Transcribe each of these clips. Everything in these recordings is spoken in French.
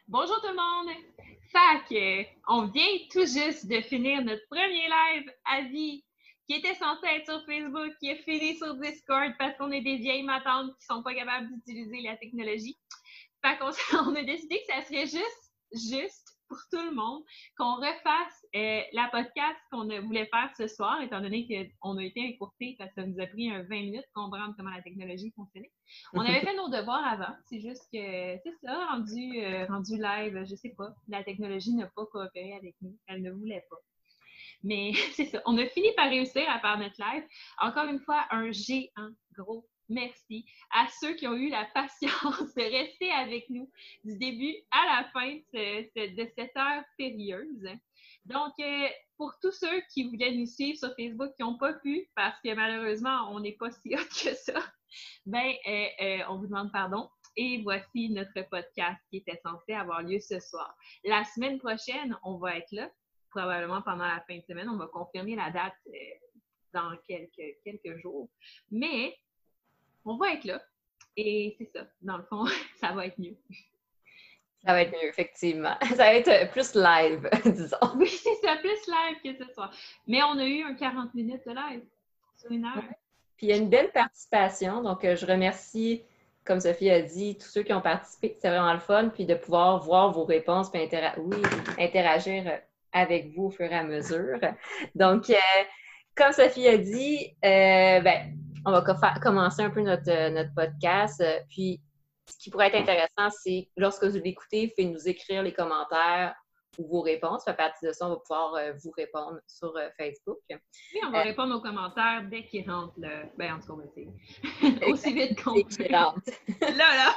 Bonjour tout le monde! On vient tout juste de finir notre premier live à vie qui était censé être sur Facebook, qui est fini sur Discord parce qu'on est des vieilles matantes qui sont pas capables d'utiliser la technologie. Fait qu'on on a décidé que ça serait juste pour tout le monde qu'on refasse la podcast qu'on voulait faire ce soir, étant donné qu'on a été écourté parce que ça nous a pris 20 minutes de comprendre comment la technologie fonctionnait. On avait fait nos devoirs avant, c'est juste que c'est ça, rendu live, je sais pas, la technologie n'a pas coopéré avec nous, elle ne voulait pas. Mais c'est ça, on a fini par réussir à faire notre live. Encore une fois, un géant gros merci à ceux qui ont eu la patience de rester avec nous du début à la fin de cette heure périlleuse. Donc, pour tous ceux qui voulaient nous suivre sur Facebook qui n'ont pas pu, parce que malheureusement, on n'est pas si hot que ça, on vous demande pardon. Et voici notre podcast qui était censé avoir lieu ce soir. La semaine prochaine, on va être là, probablement pendant la fin de semaine. On va confirmer la date dans quelques jours. Mais on va être là. Et c'est ça. Dans le fond, ça va être mieux. Ça va être mieux, effectivement. Ça va être plus live, disons. Oui, c'est ça, plus live que ce soir. Mais on a eu un 40 minutes de live sur une heure. Ouais. Puis il y a une belle participation. Donc, je remercie, comme Sophie a dit, tous ceux qui ont participé. C'est vraiment le fun. Puis de pouvoir voir vos réponses puis interagir avec vous au fur et à mesure. Donc, comme Sophie a dit, on va commencer un peu notre podcast. Puis, ce qui pourrait être intéressant, c'est lorsque vous l'écoutez, faites nous écrire les commentaires ou vos réponses. À partir de ça, on va pouvoir vous répondre sur Facebook. Oui, on va répondre aux commentaires dès qu'ils rentrent. En tout cas, on va essayer. Aussi vite qu'on peut. Là!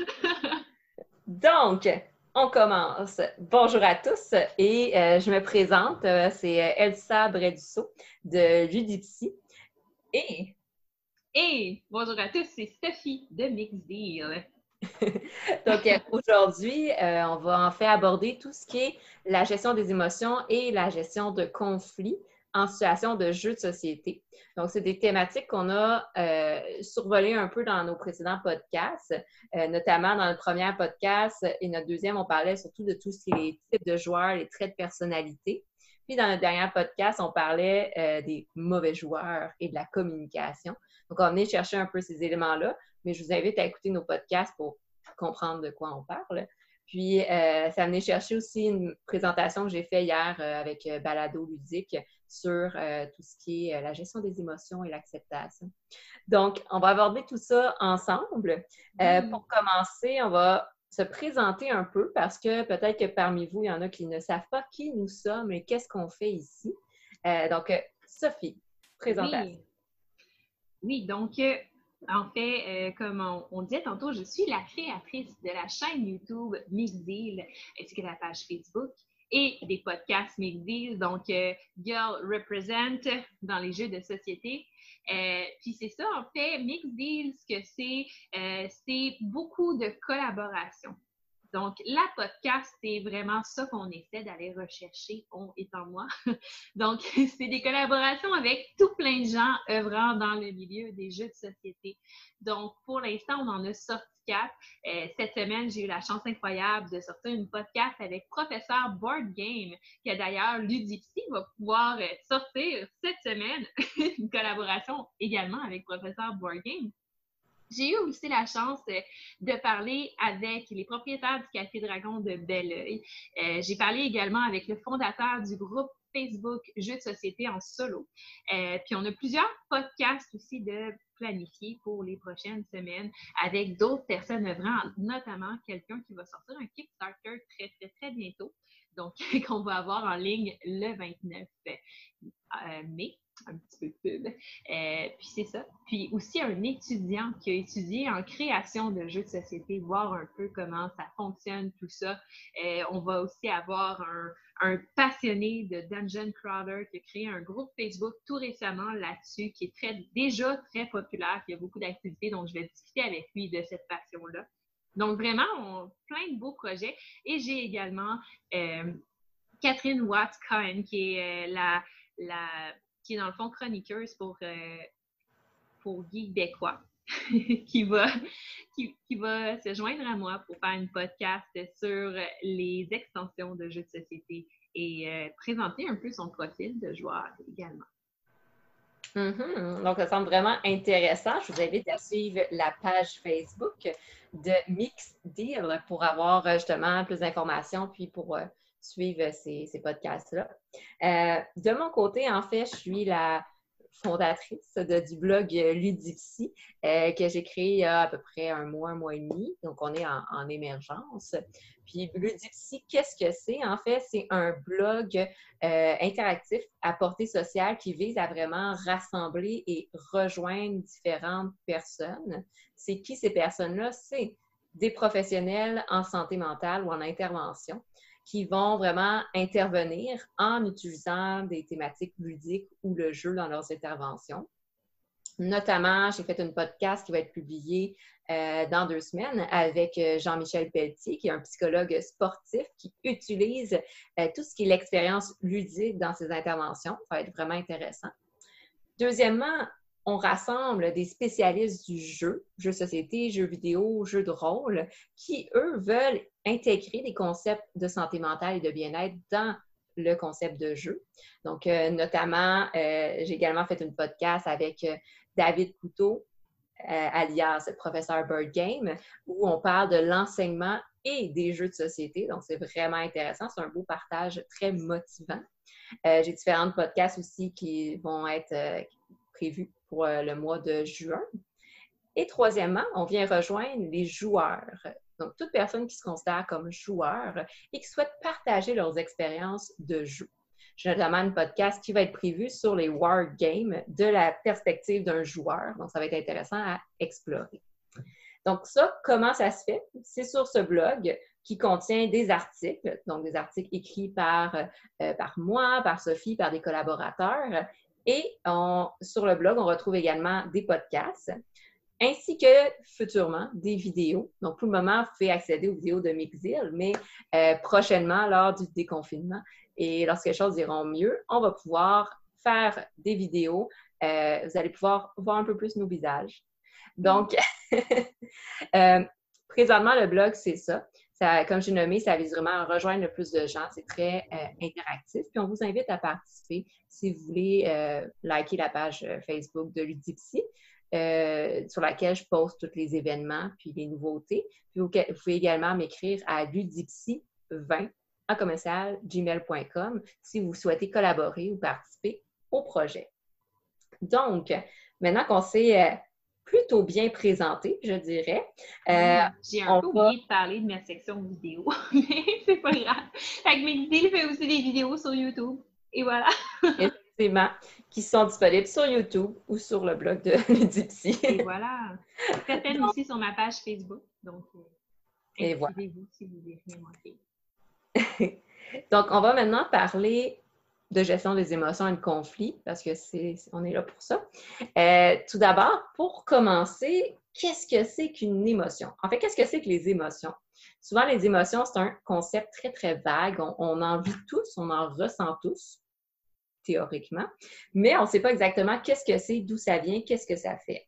Donc, on commence. Bonjour à tous et je me présente. C'est Elsa Bredusseau de Ludipsy. Et bonjour à tous, c'est Sophie de Mixdeal. Donc, aujourd'hui, on va en fait aborder tout ce qui est la gestion des émotions et la gestion de conflits en situation de jeu de société. Donc, c'est des thématiques qu'on a survolées un peu dans nos précédents podcasts, notamment dans le premier podcast et notre deuxième, on parlait surtout de tout ce qui est les types de joueurs, les traits de personnalité. Puis, dans notre dernier podcast, on parlait des mauvais joueurs et de la communication. Donc, on venait chercher un peu ces éléments-là, mais je vous invite à écouter nos podcasts pour comprendre de quoi on parle. Puis, ça venait chercher aussi une présentation que j'ai faite hier avec Balado Ludique sur tout ce qui est la gestion des émotions et l'acceptation. Donc, on va aborder tout ça ensemble. Pour commencer, on va se présenter un peu parce que peut-être que parmi vous, il y en a qui ne savent pas qui nous sommes et qu'est-ce qu'on fait ici. Donc, Sophie, présentation. Oui, donc, en fait, comme on disait tantôt, je suis la créatrice de la chaîne YouTube Mixdeal, ainsi que la page Facebook et des podcasts Mixdeal, donc Girl Represent dans les jeux de société. Puis c'est ça, en fait, Mixdeal, ce que c'est beaucoup de collaboration. Donc, la podcast, c'est vraiment ça qu'on essaie d'aller rechercher, on étant moi. Donc, c'est des collaborations avec tout plein de gens œuvrant dans le milieu des jeux de société. Donc, pour l'instant, on en a sorti 4. Cette semaine, j'ai eu la chance incroyable de sortir une podcast avec Professeur Board Game, que d'ailleurs, Ludipsy va pouvoir sortir cette semaine. Une collaboration également avec Professeur Board Game. J'ai eu aussi la chance de parler avec les propriétaires du Café Dragon de Belleuil. J'ai parlé également avec le fondateur du groupe Facebook Jeux de société en solo. Puis on a plusieurs podcasts aussi de planifier pour les prochaines semaines avec d'autres personnes œuvrant, notamment quelqu'un qui va sortir un Kickstarter très, très, très bientôt. Donc, qu'on va avoir en ligne le 29 mai. Un petit peu de pub. Puis c'est ça. Puis aussi un étudiant qui a étudié en création de jeux de société, voir un peu comment ça fonctionne, tout ça. On va aussi avoir un passionné de Dungeon Crawler qui a créé un groupe Facebook tout récemment là-dessus, qui est déjà très populaire, qui a beaucoup d'activités, donc je vais discuter avec lui de cette passion-là. Donc vraiment, plein de beaux projets. Et j'ai également Catherine Watts-Cohen, qui est qui est dans le fond chroniqueuse pour Geek Bécois. qui va, qui va se joindre à moi pour faire une podcast sur les extensions de jeux de société et présenter un peu son profil de joueur également. Donc, ça semble vraiment intéressant. Je vous invite à suivre la page Facebook de Mixed Deal pour avoir justement plus d'informations puis pour suivre ces podcasts-là. De mon côté, en fait, je suis la fondatrice du blog Ludipsy que j'ai créé il y a à peu près un mois et demi. Donc, on est en émergence. Puis, Ludipsy, qu'est-ce que c'est? En fait, c'est un blog interactif à portée sociale qui vise à vraiment rassembler et rejoindre différentes personnes. C'est qui ces personnes-là? C'est des professionnels en santé mentale ou en intervention qui vont vraiment intervenir en utilisant des thématiques ludiques ou le jeu dans leurs interventions. Notamment, j'ai fait une podcast qui va être publiée dans 2 semaines avec Jean-Michel Pelletier, qui est un psychologue sportif qui utilise tout ce qui est l'expérience ludique dans ses interventions. Ça va être vraiment intéressant. Deuxièmement, on rassemble des spécialistes du jeu, jeux de société, jeux vidéo, jeux de rôle, qui, eux, veulent intégrer des concepts de santé mentale et de bien-être dans le concept de jeu. Donc, notamment, j'ai également fait une podcast avec David Couteau, alias Professeur Bird Game, où on parle de l'enseignement et des jeux de société. Donc, c'est vraiment intéressant. C'est un beau partage très motivant. J'ai différents podcasts aussi qui vont être prévus pour le mois de juin. Et troisièmement, on vient rejoindre les joueurs. Donc, toute personne qui se considère comme joueur et qui souhaite partager leurs expériences de jeu. J'ai notamment un podcast qui va être prévu sur les war games de la perspective d'un joueur. Donc, ça va être intéressant à explorer. Donc, ça, comment ça se fait? C'est sur ce blog qui contient des articles, donc des articles écrits par moi, par Sophie, par des collaborateurs. Et sur le blog, on retrouve également des podcasts, ainsi que futurement des vidéos. Donc, pour le moment, vous pouvez accéder aux vidéos de Mixdeal, mais prochainement, lors du déconfinement et lorsque les choses iront mieux, on va pouvoir faire des vidéos. Vous allez pouvoir voir un peu plus nos visages. Donc, présentement, le blog, c'est ça. Comme j'ai nommé, ça vise vraiment à rejoindre le plus de gens. C'est très interactif. Puis, on vous invite à participer si vous voulez liker la page Facebook de Ludipsy. Sur laquelle je poste tous les événements puis les nouveautés. Puis vous pouvez également m'écrire à ludipsy20@gmail.com si vous souhaitez collaborer ou participer au projet. Donc, maintenant qu'on s'est plutôt bien présenté, je dirais. J'ai un peu oublié de parler de ma section vidéo, mais c'est pas grave. Avec Mixdeal, il fait aussi des vidéos sur YouTube. Et voilà. Effectivement, qui sont disponibles sur YouTube ou sur le blog de Ludipsy. Et voilà. Certaines aussi sur ma page Facebook. Donc, inscrivez-vous si vous voulez rien manquer. Donc, on va maintenant parler de gestion des émotions et de conflits, parce que on est là pour ça. Tout d'abord, pour commencer, qu'est-ce que c'est qu'une émotion? En fait, qu'est-ce que c'est que les émotions? Souvent, les émotions, c'est un concept très, très vague. On en vit tous, on en ressent tous, théoriquement, mais on ne sait pas exactement qu'est-ce que c'est, d'où ça vient, qu'est-ce que ça fait.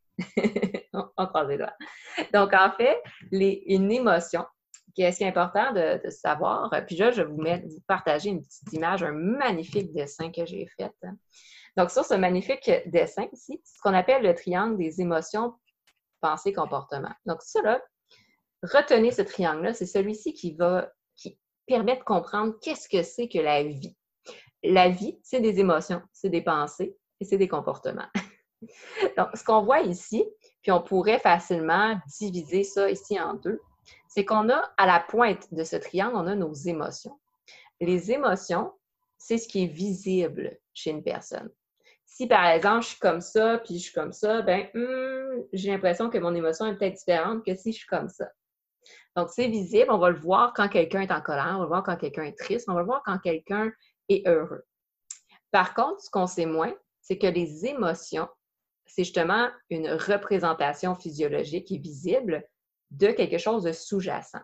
On croise les doigts. Donc, en fait, une émotion, ce qui est important de savoir, puis là, je vais vous partager une petite image, un magnifique dessin que j'ai fait. Donc, sur ce magnifique dessin ici, c'est ce qu'on appelle le triangle des émotions, pensée, comportement. Donc, ça là, retenez ce triangle-là, c'est celui-ci qui permet de comprendre qu'est-ce que c'est que la vie. La vie, c'est des émotions, c'est des pensées et c'est des comportements. Donc, ce qu'on voit ici, puis on pourrait facilement diviser ça ici en deux, c'est qu'on a à la pointe de ce triangle, on a nos émotions. Les émotions, c'est ce qui est visible chez une personne. Si, par exemple, je suis comme ça, puis je suis comme ça, ben, j'ai l'impression que mon émotion est peut-être différente que si je suis comme ça. Donc, c'est visible, on va le voir quand quelqu'un est en colère, on va le voir quand quelqu'un est triste, on va le voir quand quelqu'un est heureux. Par contre, ce qu'on sait moins, c'est que les émotions, c'est justement une représentation physiologique et visible de quelque chose de sous-jacent.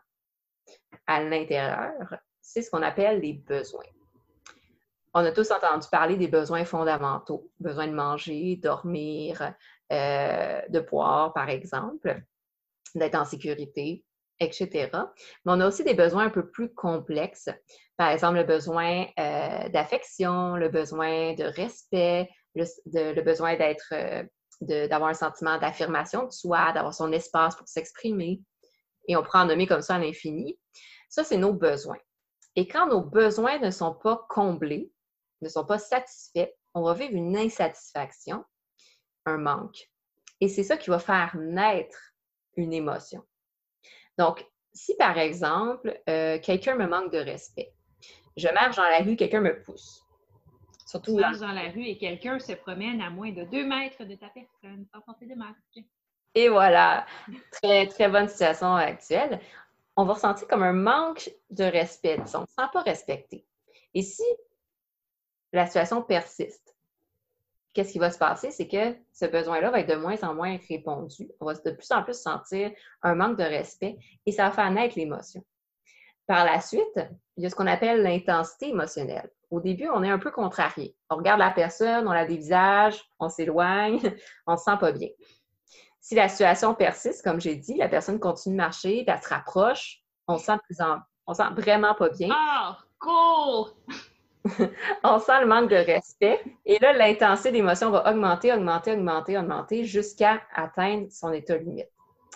À l'intérieur, c'est ce qu'on appelle les besoins. On a tous entendu parler des besoins fondamentaux, besoin de manger, dormir, de pouvoir, par exemple, d'être en sécurité, etc. Mais on a aussi des besoins un peu plus complexes. Par exemple, le besoin d'affection, le besoin de respect, le besoin d'avoir un sentiment d'affirmation de soi, d'avoir son espace pour s'exprimer. Et on pourrait en nommer comme ça à l'infini. Ça, c'est nos besoins. Et quand nos besoins ne sont pas comblés, ne sont pas satisfaits, on va vivre une insatisfaction, un manque. Et c'est ça qui va faire naître une émotion. Donc, si par exemple, quelqu'un me manque de respect, je marche dans la rue, quelqu'un me pousse. Surtout tu marches dans la rue et quelqu'un se promène à moins de 2 mètres de ta personne sans porter de masque. Et voilà, très, très bonne situation actuelle. On va ressentir comme un manque de respect, disons, on ne se sent pas respecté. Et si la situation persiste, qu'est-ce qui va se passer? C'est que ce besoin-là va être de moins en moins répondu. On va de plus en plus sentir un manque de respect et ça va faire naître l'émotion. Par la suite, il y a ce qu'on appelle l'intensité émotionnelle. Au début, on est un peu contrarié. On regarde la personne, on la dévisage, on s'éloigne, on ne se sent pas bien. Si la situation persiste, comme j'ai dit, la personne continue de marcher, puis elle se rapproche, on se sent vraiment pas bien. Ah, cool! On sent le manque de respect. Et là, l'intensité d'émotion va augmenter jusqu'à atteindre son état limite,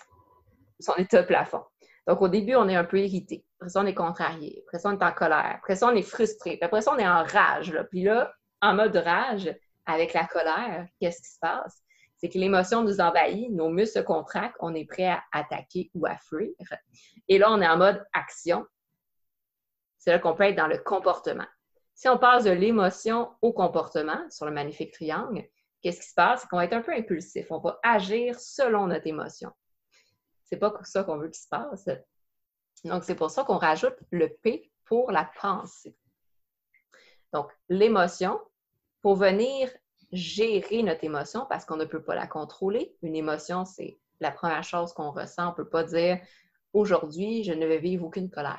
son état plafond. Donc, au début, on est un peu irrité. Après ça, on est contrarié. Après ça, on est en colère. Après ça, on est frustré. Puis après ça, on est en rage. Là. Puis là, en mode rage, avec la colère, qu'est-ce qui se passe? C'est que l'émotion nous envahit, nos muscles se contractent, on est prêt à attaquer ou à fuir. Et là, on est en mode action. C'est là qu'on peut être dans le comportement. Si on passe de l'émotion au comportement, sur le magnifique triangle, qu'est-ce qui se passe? C'est qu'on va être un peu impulsif. On va agir selon notre émotion. C'est pas ça qu'on veut qu'il se passe. Donc, c'est pour ça qu'on rajoute le P pour la pensée. Donc, l'émotion, pour venir gérer notre émotion, parce qu'on ne peut pas la contrôler. Une émotion, c'est la première chose qu'on ressent. On ne peut pas dire « Aujourd'hui, je ne vais vivre aucune colère ».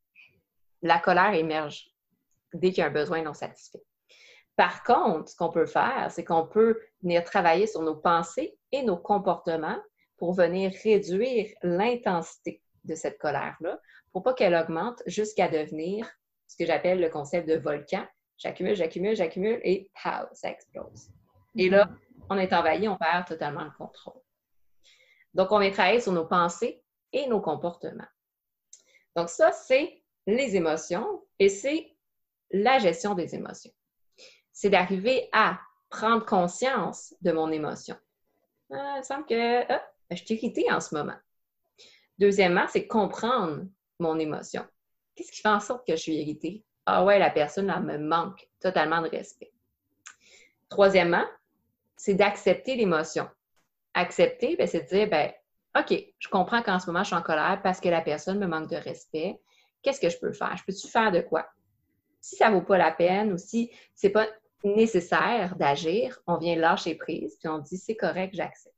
La colère émerge dès qu'il y a un besoin non satisfait. Par contre, ce qu'on peut faire, c'est qu'on peut venir travailler sur nos pensées et nos comportements pour venir réduire l'intensité de cette colère-là, pour pas qu'elle augmente jusqu'à devenir ce que j'appelle le concept de volcan. J'accumule et pow, ça explose. Et là, on est envahi, on perd totalement le contrôle. Donc, on vient travailler sur nos pensées et nos comportements. Donc, ça, c'est les émotions et c'est la gestion des émotions. C'est d'arriver à prendre conscience de mon émotion. Il me semble que je suis irritée en ce moment. Deuxièmement, c'est comprendre mon émotion. Qu'est-ce qui fait en sorte que je suis irritée? Ah ouais, la personne, elle me manque totalement de respect. Troisièmement, c'est d'accepter l'émotion. Accepter, c'est de dire, OK, je comprends qu'en ce moment, je suis en colère parce que la personne me manque de respect. Qu'est-ce que je peux faire? Je peux-tu faire de quoi? Si ça ne vaut pas la peine ou si ce n'est pas nécessaire d'agir, on vient lâcher prise puis on dit c'est correct, j'accepte.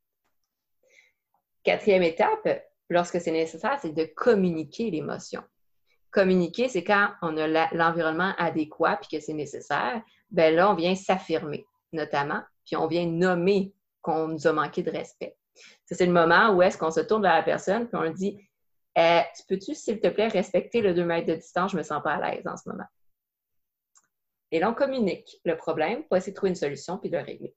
Quatrième étape, lorsque c'est nécessaire, c'est de communiquer l'émotion. Communiquer, c'est quand on a l'environnement adéquat puis que c'est nécessaire, là, on vient s'affirmer, notamment, puis on vient nommer qu'on nous a manqué de respect. Ça, c'est le moment où est-ce qu'on se tourne vers la personne puis on dit tu peux-tu, s'il te plaît, respecter le 2 mètres de distance? Je ne me sens pas à l'aise en ce moment. Et là, on communique le problème pour essayer de trouver une solution puis de le régler.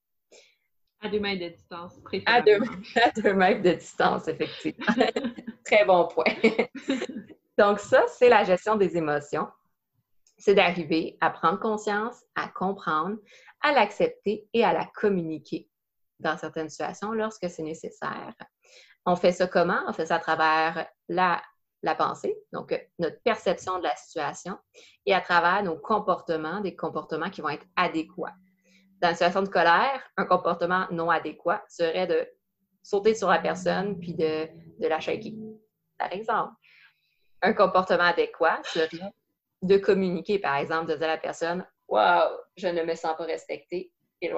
À 2 mètres de distance, à 2 mètres de distance, effectivement. Très bon point. Donc ça, c'est la gestion des émotions. C'est d'arriver à prendre conscience, à comprendre, à l'accepter et à la communiquer dans certaines situations lorsque c'est nécessaire. On fait ça comment? On fait ça à travers la pensée, donc notre perception de la situation, et à travers nos comportements, des comportements qui vont être adéquats. Dans une situation de colère, un comportement non adéquat serait de sauter sur la personne puis de la shaker, par exemple. Un comportement adéquat serait de communiquer, par exemple, de dire à la personne « Wow, je ne me sens pas respectée, éloigne-toi. »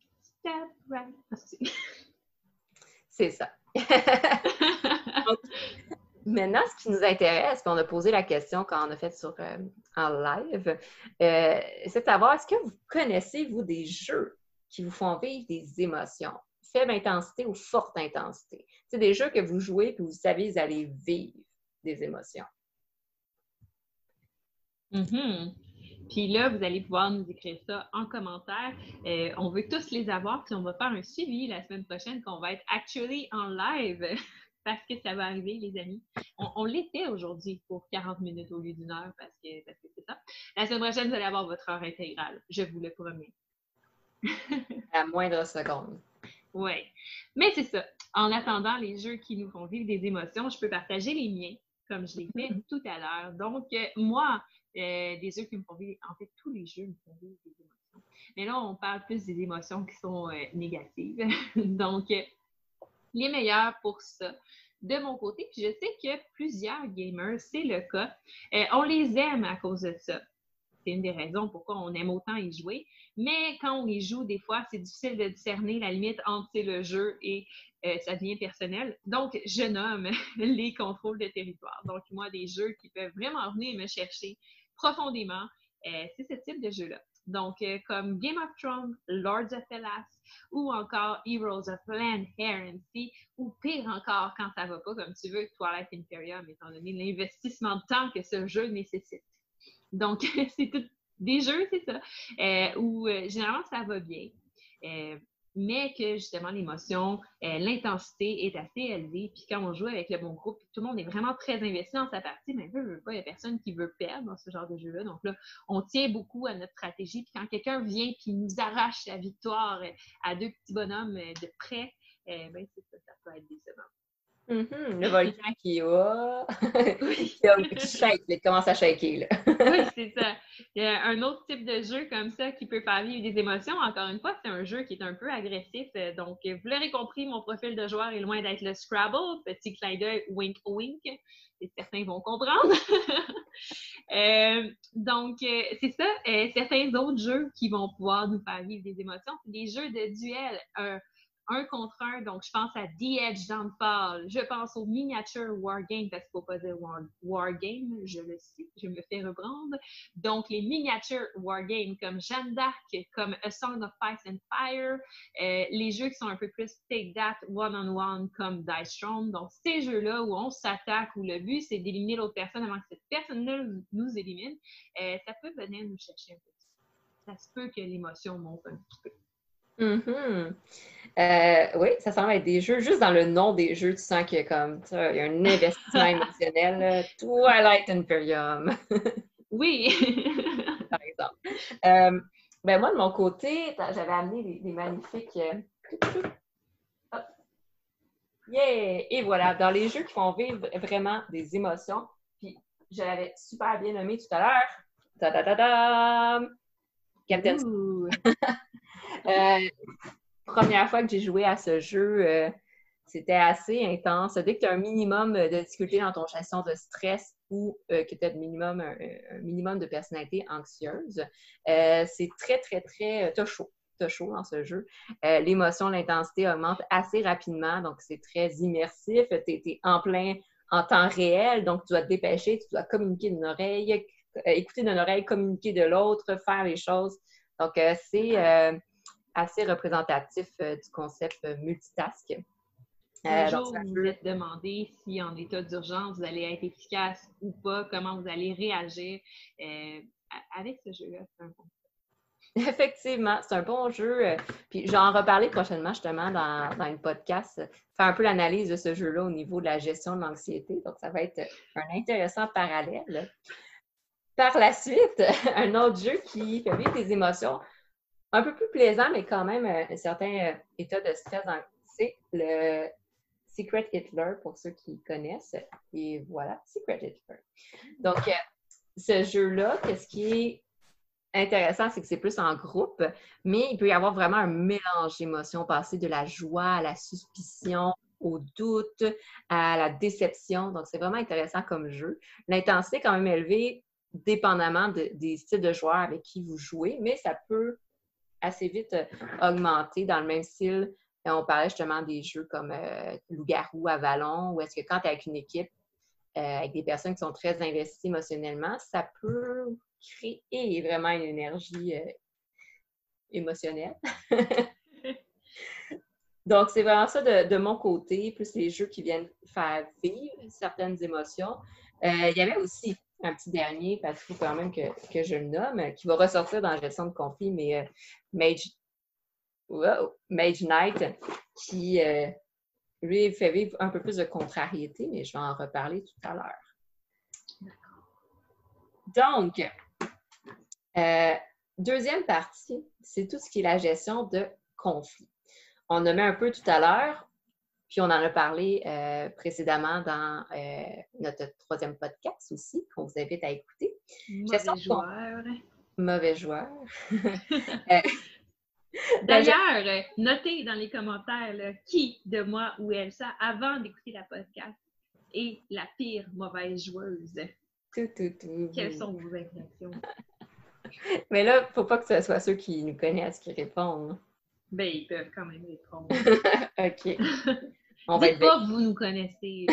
C'est ça. Donc, maintenant, ce qui nous intéresse, puis on a posé la question quand on a fait en live, c'est de savoir, est-ce que vous connaissez, vous, des jeux qui vous font vivre des émotions. Faible intensité ou forte intensité. C'est des jeux que vous jouez et vous savez, vous allez vivre des émotions. Puis là, vous allez pouvoir nous écrire ça en commentaire. On veut tous les avoir, puis on va faire un suivi la semaine prochaine qu'on va être actually en live parce que ça va arriver, les amis. On l'était aujourd'hui pour 40 minutes au lieu d'une heure parce que c'est ça. La semaine prochaine, vous allez avoir votre heure intégrale. Je vous le promets. À moindre seconde. Oui. Mais c'est ça. En attendant les jeux qui nous font vivre des émotions, je peux partager les miens, comme je l'ai fait tout à l'heure. Donc, moi, des jeux qui me font vivre, en fait, tous les jeux me font vivre des émotions. Mais là, on parle plus des émotions qui sont négatives. Donc, les meilleurs pour ça. De mon côté, puis je sais que plusieurs gamers, c'est le cas. On les aime à cause de ça. C'est une des raisons pourquoi on aime autant y jouer. Mais quand on y joue, des fois, c'est difficile de discerner la limite entre le jeu et ça devient personnel. Donc, je nomme les contrôles de territoire. Donc, moi, des jeux qui peuvent vraiment venir me chercher profondément, c'est ce type de jeu-là. Donc, comme Game of Thrones, Lords of Hellas, ou encore Heroes of Land, Air and Sea, ou pire encore, quand ça va pas comme tu veux, Twilight Imperium, étant donné l'investissement de temps que ce jeu nécessite. Donc, c'est tout des jeux, c'est ça, où généralement ça va bien, mais que justement l'émotion, l'intensité est assez élevée. Puis quand on joue avec le bon groupe, tout le monde est vraiment très investi dans sa partie, mais il n'y a personne qui veut perdre dans ce genre de jeu-là. Donc là, on tient beaucoup à notre stratégie. Puis quand quelqu'un vient et nous arrache la victoire à deux petits bonhommes de près, ben c'est ça, ça peut être décevant. Le volcan qui Oui. qui shake, il commence à shaker. Là. Oui, c'est ça. Il y a un autre type de jeu comme ça qui peut faire vivre des émotions. Encore une fois, c'est un jeu qui est un peu agressif. Donc, vous l'aurez compris, mon profil de joueur est loin d'être le Scrabble. Petit clin d'œil, wink, wink. Et certains vont comprendre. Donc, c'est ça. Certains autres jeux qui vont pouvoir nous faire vivre des émotions, c'est des jeux de duel. Un contre un, donc je pense à The Edge Downfall, je pense au Miniature Wargame, parce qu'il ne faut pas dire Wargame, je le sais, je me fais reprendre. Donc les Miniature Wargames comme Jeanne d'Arc, comme A Song of Ice and Fire, les jeux qui sont un peu plus Take That, One-on-One comme Dice Throne. Donc ces jeux-là où on s'attaque, où le but c'est d'éliminer l'autre personne avant que cette personne-là nous élimine, ça peut venir nous chercher un peu. Ça se peut que l'émotion monte un petit peu. Oui, ça semble être des jeux. Juste dans le nom des jeux, tu sens qu'il y a comme ça, il y a un investissement émotionnel. Là. Twilight Imperium. Oui. Par exemple. Ben moi, de mon côté, j'avais amené des magnifiques. Yeah! Et voilà, dans les jeux qui font vivre vraiment des émotions. Puis je l'avais super bien nommé tout à l'heure. Ta-da-da-da! Captain. Première fois que j'ai joué à ce jeu, c'était assez intense. Dès que tu as un minimum de difficulté dans ton gestion de stress ou que tu as un minimum de personnalité anxieuse, c'est très, très, très... T'as chaud dans ce jeu. L'émotion, l'intensité augmente assez rapidement, donc c'est très immersif. Tu es en plein en temps réel, donc tu dois te dépêcher, tu dois communiquer d'une oreille, écouter d'une oreille, communiquer de l'autre, faire les choses. Donc, c'est assez représentatif du concept multitask. Un jour, vous vous êtes demandé si en état d'urgence, vous allez être efficace ou pas, comment vous allez réagir avec ce jeu-là. C'est un bon jeu. Effectivement, c'est un bon jeu. Puis j'en reparler prochainement justement dans une podcast, faire un peu l'analyse de ce jeu-là au niveau de la gestion de l'anxiété. Donc, ça va être un intéressant parallèle. Par la suite, un autre jeu qui fait vivre des émotions un peu plus plaisant, mais quand même un certain état de stress. C'est le Secret Hitler, pour ceux qui connaissent. Et voilà, Secret Hitler. Donc, ce jeu-là, ce qui est intéressant, c'est que c'est plus en groupe, mais il peut y avoir vraiment un mélange d'émotions, passer de la joie à la suspicion, au doute, à la déception. Donc, c'est vraiment intéressant comme jeu. L'intensité est quand même élevée, dépendamment des styles de joueurs avec qui vous jouez, mais ça peut assez vite augmenter dans le même style. On parlait justement des jeux comme Loup-garou, Avalon, où est-ce que quand tu es avec une équipe, avec des personnes qui sont très investies émotionnellement, ça peut créer vraiment une énergie émotionnel. Donc, c'est vraiment ça de mon côté, plus les jeux qui viennent faire vivre certaines émotions. Il y avait aussi un petit dernier, parce qu'il faut quand même que je le nomme, qui va ressortir dans la gestion de conflit, mais Mage Knight, qui lui fait vivre un peu plus de contrariété, mais je vais en reparler tout à l'heure. Donc, deuxième partie, c'est tout ce qui est la gestion de conflit. On en a mis un peu tout à l'heure, puis on en a parlé précédemment dans notre troisième podcast aussi, qu'on vous invite à écouter. Mauvais joueur. Mauvais joueur. D'ailleurs, notez dans les commentaires là, qui de moi ou Elsa, avant d'écouter la podcast, est la pire mauvaise joueuse. Quelles sont vos impressions? Mais là, il ne faut pas que ce soit ceux qui nous connaissent qui répondent. Ben, ils peuvent quand même répondre. OK. Dites pas que vous nous connaissez.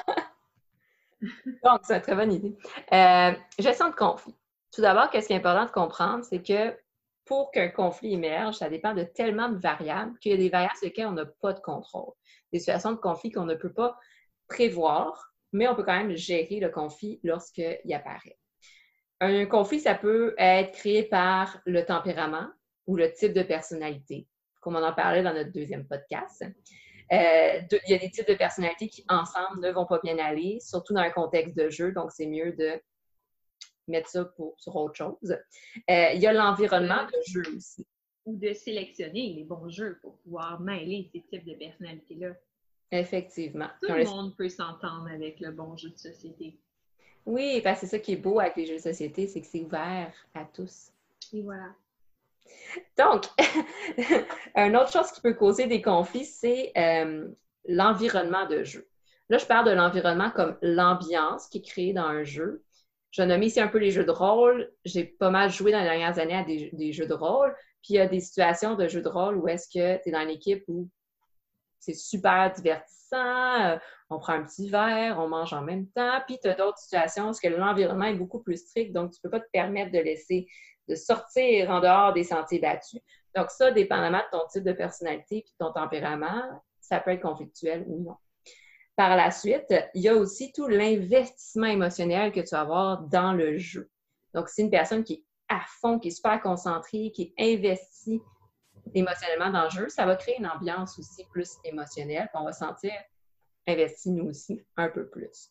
Donc, c'est une très bonne idée. Gestion de conflit. Tout d'abord, qu'est-ce qui est important de comprendre, c'est que pour qu'un conflit émerge, ça dépend de tellement de variables qu'il y a des variables sur lesquelles on n'a pas de contrôle. Des situations de conflit qu'on ne peut pas prévoir, mais on peut quand même gérer le conflit lorsqu'il apparaît. Un conflit, ça peut être créé par le tempérament ou le type de personnalité, comme on en parlait dans notre deuxième podcast. Il y a des types de personnalités qui, ensemble, ne vont pas bien aller, surtout dans un contexte de jeu, donc c'est mieux de mettre ça sur autre chose. Il y a l'environnement de jeu aussi. Ou de sélectionner les bons jeux pour pouvoir mêler ces types de personnalités-là. Effectivement. Tout le monde peut s'entendre avec le bon jeu de société. Oui, parce que c'est ça qui est beau avec les jeux de société, c'est que c'est ouvert à tous. Et voilà. Donc, une autre chose qui peut causer des conflits, c'est l'environnement de jeu. Là, je parle de l'environnement comme l'ambiance qui est créée dans un jeu. Je nomme ici un peu les jeux de rôle. J'ai pas mal joué dans les dernières années à des jeux de rôle. Puis il y a des situations de jeux de rôle où est-ce que tu es dans une équipe où c'est super divertissant, on prend un petit verre, on mange en même temps. Puis tu as d'autres situations où l'environnement est beaucoup plus strict, donc tu ne peux pas te permettre de sortir en dehors des sentiers battus. Donc ça, dépendamment de ton type de personnalité et de ton tempérament, ça peut être conflictuel ou non. Par la suite, il y a aussi tout l'investissement émotionnel que tu vas avoir dans le jeu. Donc, c'est une personne qui est à fond, qui est super concentrée, qui est investie émotionnellement dans le jeu, ça va créer une ambiance aussi plus émotionnelle, puis on va se sentir investi nous aussi un peu plus.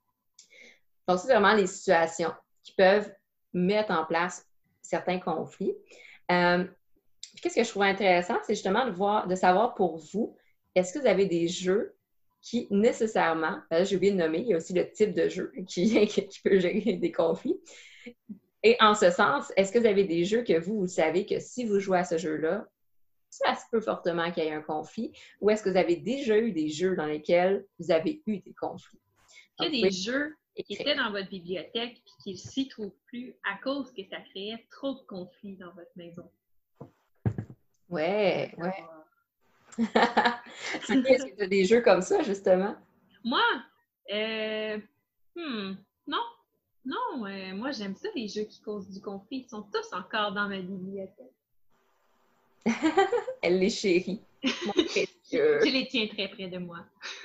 Donc, c'est vraiment les situations qui peuvent mettre en place certains conflits. Qu'est-ce que je trouve intéressant, c'est justement de savoir pour vous, est-ce que vous avez des jeux qui nécessairement, j'ai oublié de nommer, il y a aussi le type de jeu qui peut gérer des conflits. Et en ce sens, est-ce que vous avez des jeux que vous savez que si vous jouez à ce jeu-là, ça se peut fortement qu'il y ait un conflit, ou est-ce que vous avez déjà eu des jeux dans lesquels vous avez eu des conflits? Il y a des jeux qui étaient dans votre bibliothèque et qui ne s'y trouvent plus à cause que ça créait trop de conflits dans votre maison. Ouais. Est-ce que tu as des jeux comme ça, justement? Moi? Non, moi j'aime ça, les jeux qui causent du conflit. Ils sont tous encore dans ma bibliothèque. Elle les chérit. Je les tiens très près de moi.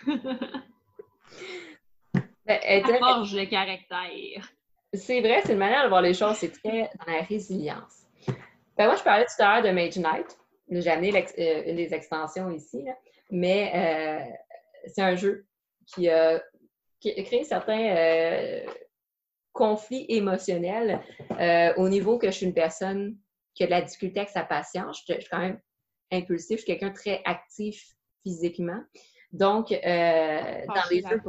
Ça forge le caractère. C'est vrai, c'est une manière de voir les choses, c'est très dans la résilience. Moi, je parlais tout à l'heure de Mage Knight. J'ai amené une des extensions ici, là. Mais c'est un jeu qui a créé certains conflits émotionnels au niveau que je suis une personne qui a de la difficulté avec sa patience. Je suis quand même impulsif, je suis quelqu'un de très actif physiquement. Donc, dans des jeux...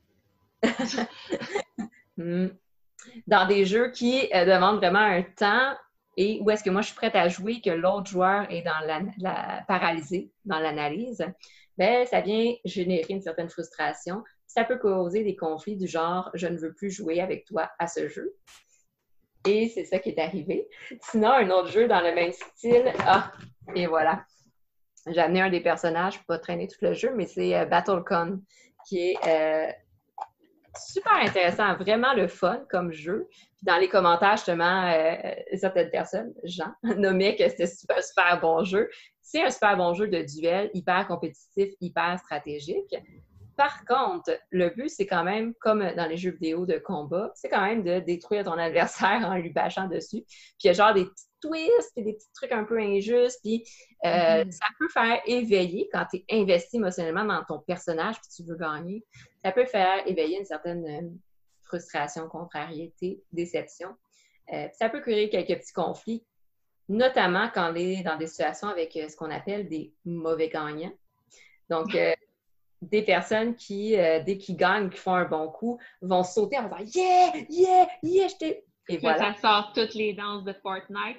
dans des jeux qui demandent vraiment un temps et où est-ce que moi je suis prête à jouer que l'autre joueur est dans paralysé dans l'analyse, bien, ça vient générer une certaine frustration. Ça peut causer des conflits du genre « je ne veux plus jouer avec toi à ce jeu ». Et c'est ça qui est arrivé. Sinon, un autre jeu dans le même style, et voilà. J'ai amené un des personnages, je ne peux pas traîner tout le jeu, mais c'est BattleCon, qui est super intéressant, vraiment le fun comme jeu. Puis dans les commentaires, justement, certaines personnes, Jean, nommaient que c'était un super bon jeu. C'est un super bon jeu de duel, hyper compétitif, hyper stratégique. Par contre, le but, c'est quand même, comme dans les jeux vidéo de combat, c'est quand même de détruire ton adversaire en lui bâchant dessus. Puis il y a genre des petits twists et des petits trucs un peu injustes. Puis ça peut faire éveiller, quand tu es investi émotionnellement dans ton personnage puis tu veux gagner, ça peut faire éveiller une certaine frustration, contrariété, déception. Ça peut créer quelques petits conflits, notamment quand on est dans des situations avec ce qu'on appelle des mauvais gagnants. Donc, des personnes qui, dès qu'ils gagnent, qui font un bon coup, vont sauter en disant « Yeah! Yeah! Yeah! Je t'ai... » Et voilà. Ça sort toutes les danses de Fortnite.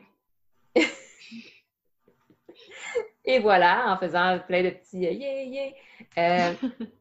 Et voilà, en faisant plein de petits « Yeah! Yeah! »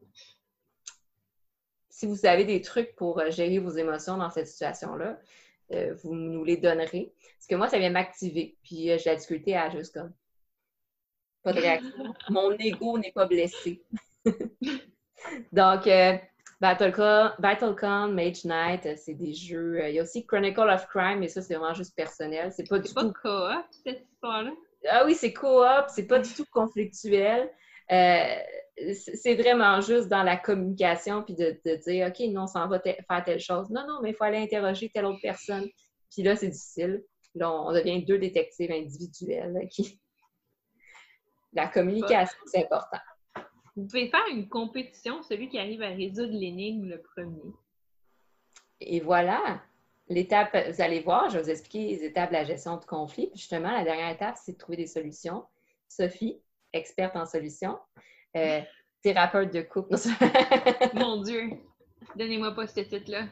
Si vous avez des trucs pour gérer vos émotions dans cette situation-là, vous nous les donnerez. Parce que moi, ça vient m'activer. Puis j'ai la difficulté à juste comme pas de réaction. Mon ego n'est pas blessé. Donc, Battlecon, Mage Knight, c'est des jeux. Il y a aussi Chronicle of Crime, mais ça, c'est vraiment juste personnel. C'est pas du tout. C'est pas coop, cette histoire-là? Ah oui, c'est coop, c'est pas du tout conflictuel. C'est vraiment juste dans la communication, puis de dire, OK, non, on s'en va faire telle chose. Non, non, mais il faut aller interroger telle autre personne. Puis là, c'est difficile. Là, on devient deux détectives individuels. La communication, c'est important. Vous pouvez faire une compétition, celui qui arrive à résoudre l'énigme le premier. Et voilà, l'étape, vous allez voir, je vais vous expliquer les étapes de la gestion de conflit. Puis justement, la dernière étape, c'est de trouver des solutions. Sophie, experte en solutions, thérapeute de couple. Mon Dieu, donnez-moi pas ce titre-là.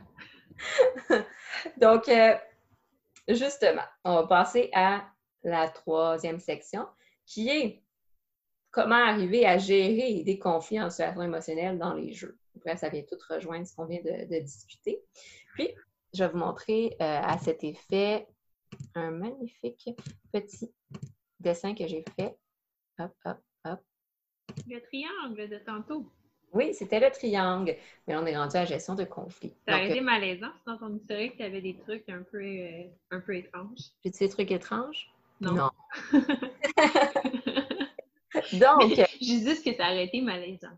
Donc, justement, on va passer à la troisième section, qui est comment arriver à gérer des conflits en situation émotionnelle dans les jeux. Après, ça vient tout rejoindre ce qu'on vient de discuter. Puis, je vais vous montrer à cet effet un magnifique petit dessin que j'ai fait. Hop, hop, hop. Le triangle de tantôt. Oui, c'était le triangle. Mais on est rendu à la gestion de conflits. Ça a été malaisant dans ton historique, tu avais des trucs un peu étranges. J'ai-tu des trucs étranges? Non. Donc, je dis ce que ça aurait été malaisant.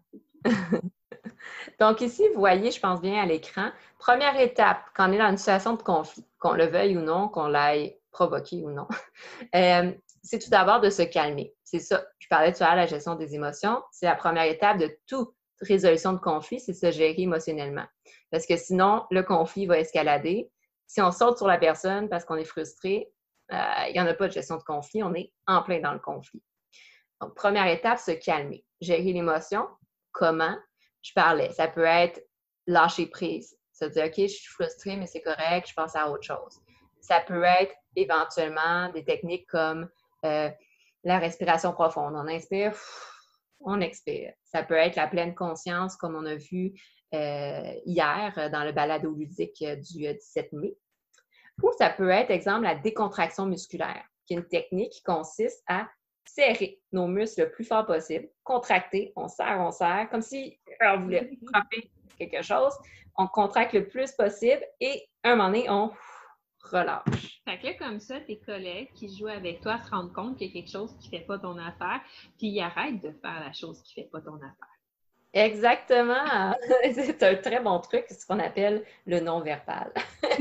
Donc ici, vous voyez, je pense bien à l'écran, première étape, quand on est dans une situation de conflit, qu'on le veuille ou non, qu'on l'aille provoquer ou non, c'est tout d'abord de se calmer. C'est ça, je parlais tout à l'heure de la gestion des émotions, c'est la première étape de toute résolution de conflit, c'est se gérer émotionnellement. Parce que sinon, le conflit va escalader. Si on saute sur la personne parce qu'on est frustré, il n'y en a pas de gestion de conflit, on est en plein dans le conflit. Donc, première étape, se calmer. Gérer l'émotion. Comment? Je parlais. Ça peut être lâcher prise. Se dire, OK, je suis frustrée, mais c'est correct, je pense à autre chose. Ça peut être éventuellement des techniques comme la respiration profonde. On inspire, on expire. Ça peut être la pleine conscience, comme on a vu hier dans le balado ludique du 17 mai. Ou ça peut être, exemple, la décontraction musculaire, qui est une technique qui consiste à serrer nos muscles le plus fort possible, contracter, on serre, comme si on voulait frapper quelque chose. On contracte le plus possible et un moment donné, on relâche. Fait que là, comme ça, tes collègues qui jouent avec toi se rendent compte qu'il y a quelque chose qui ne fait pas ton affaire, puis ils arrêtent de faire la chose qui ne fait pas ton affaire. Exactement! C'est un très bon truc, c'est ce qu'on appelle le non-verbal.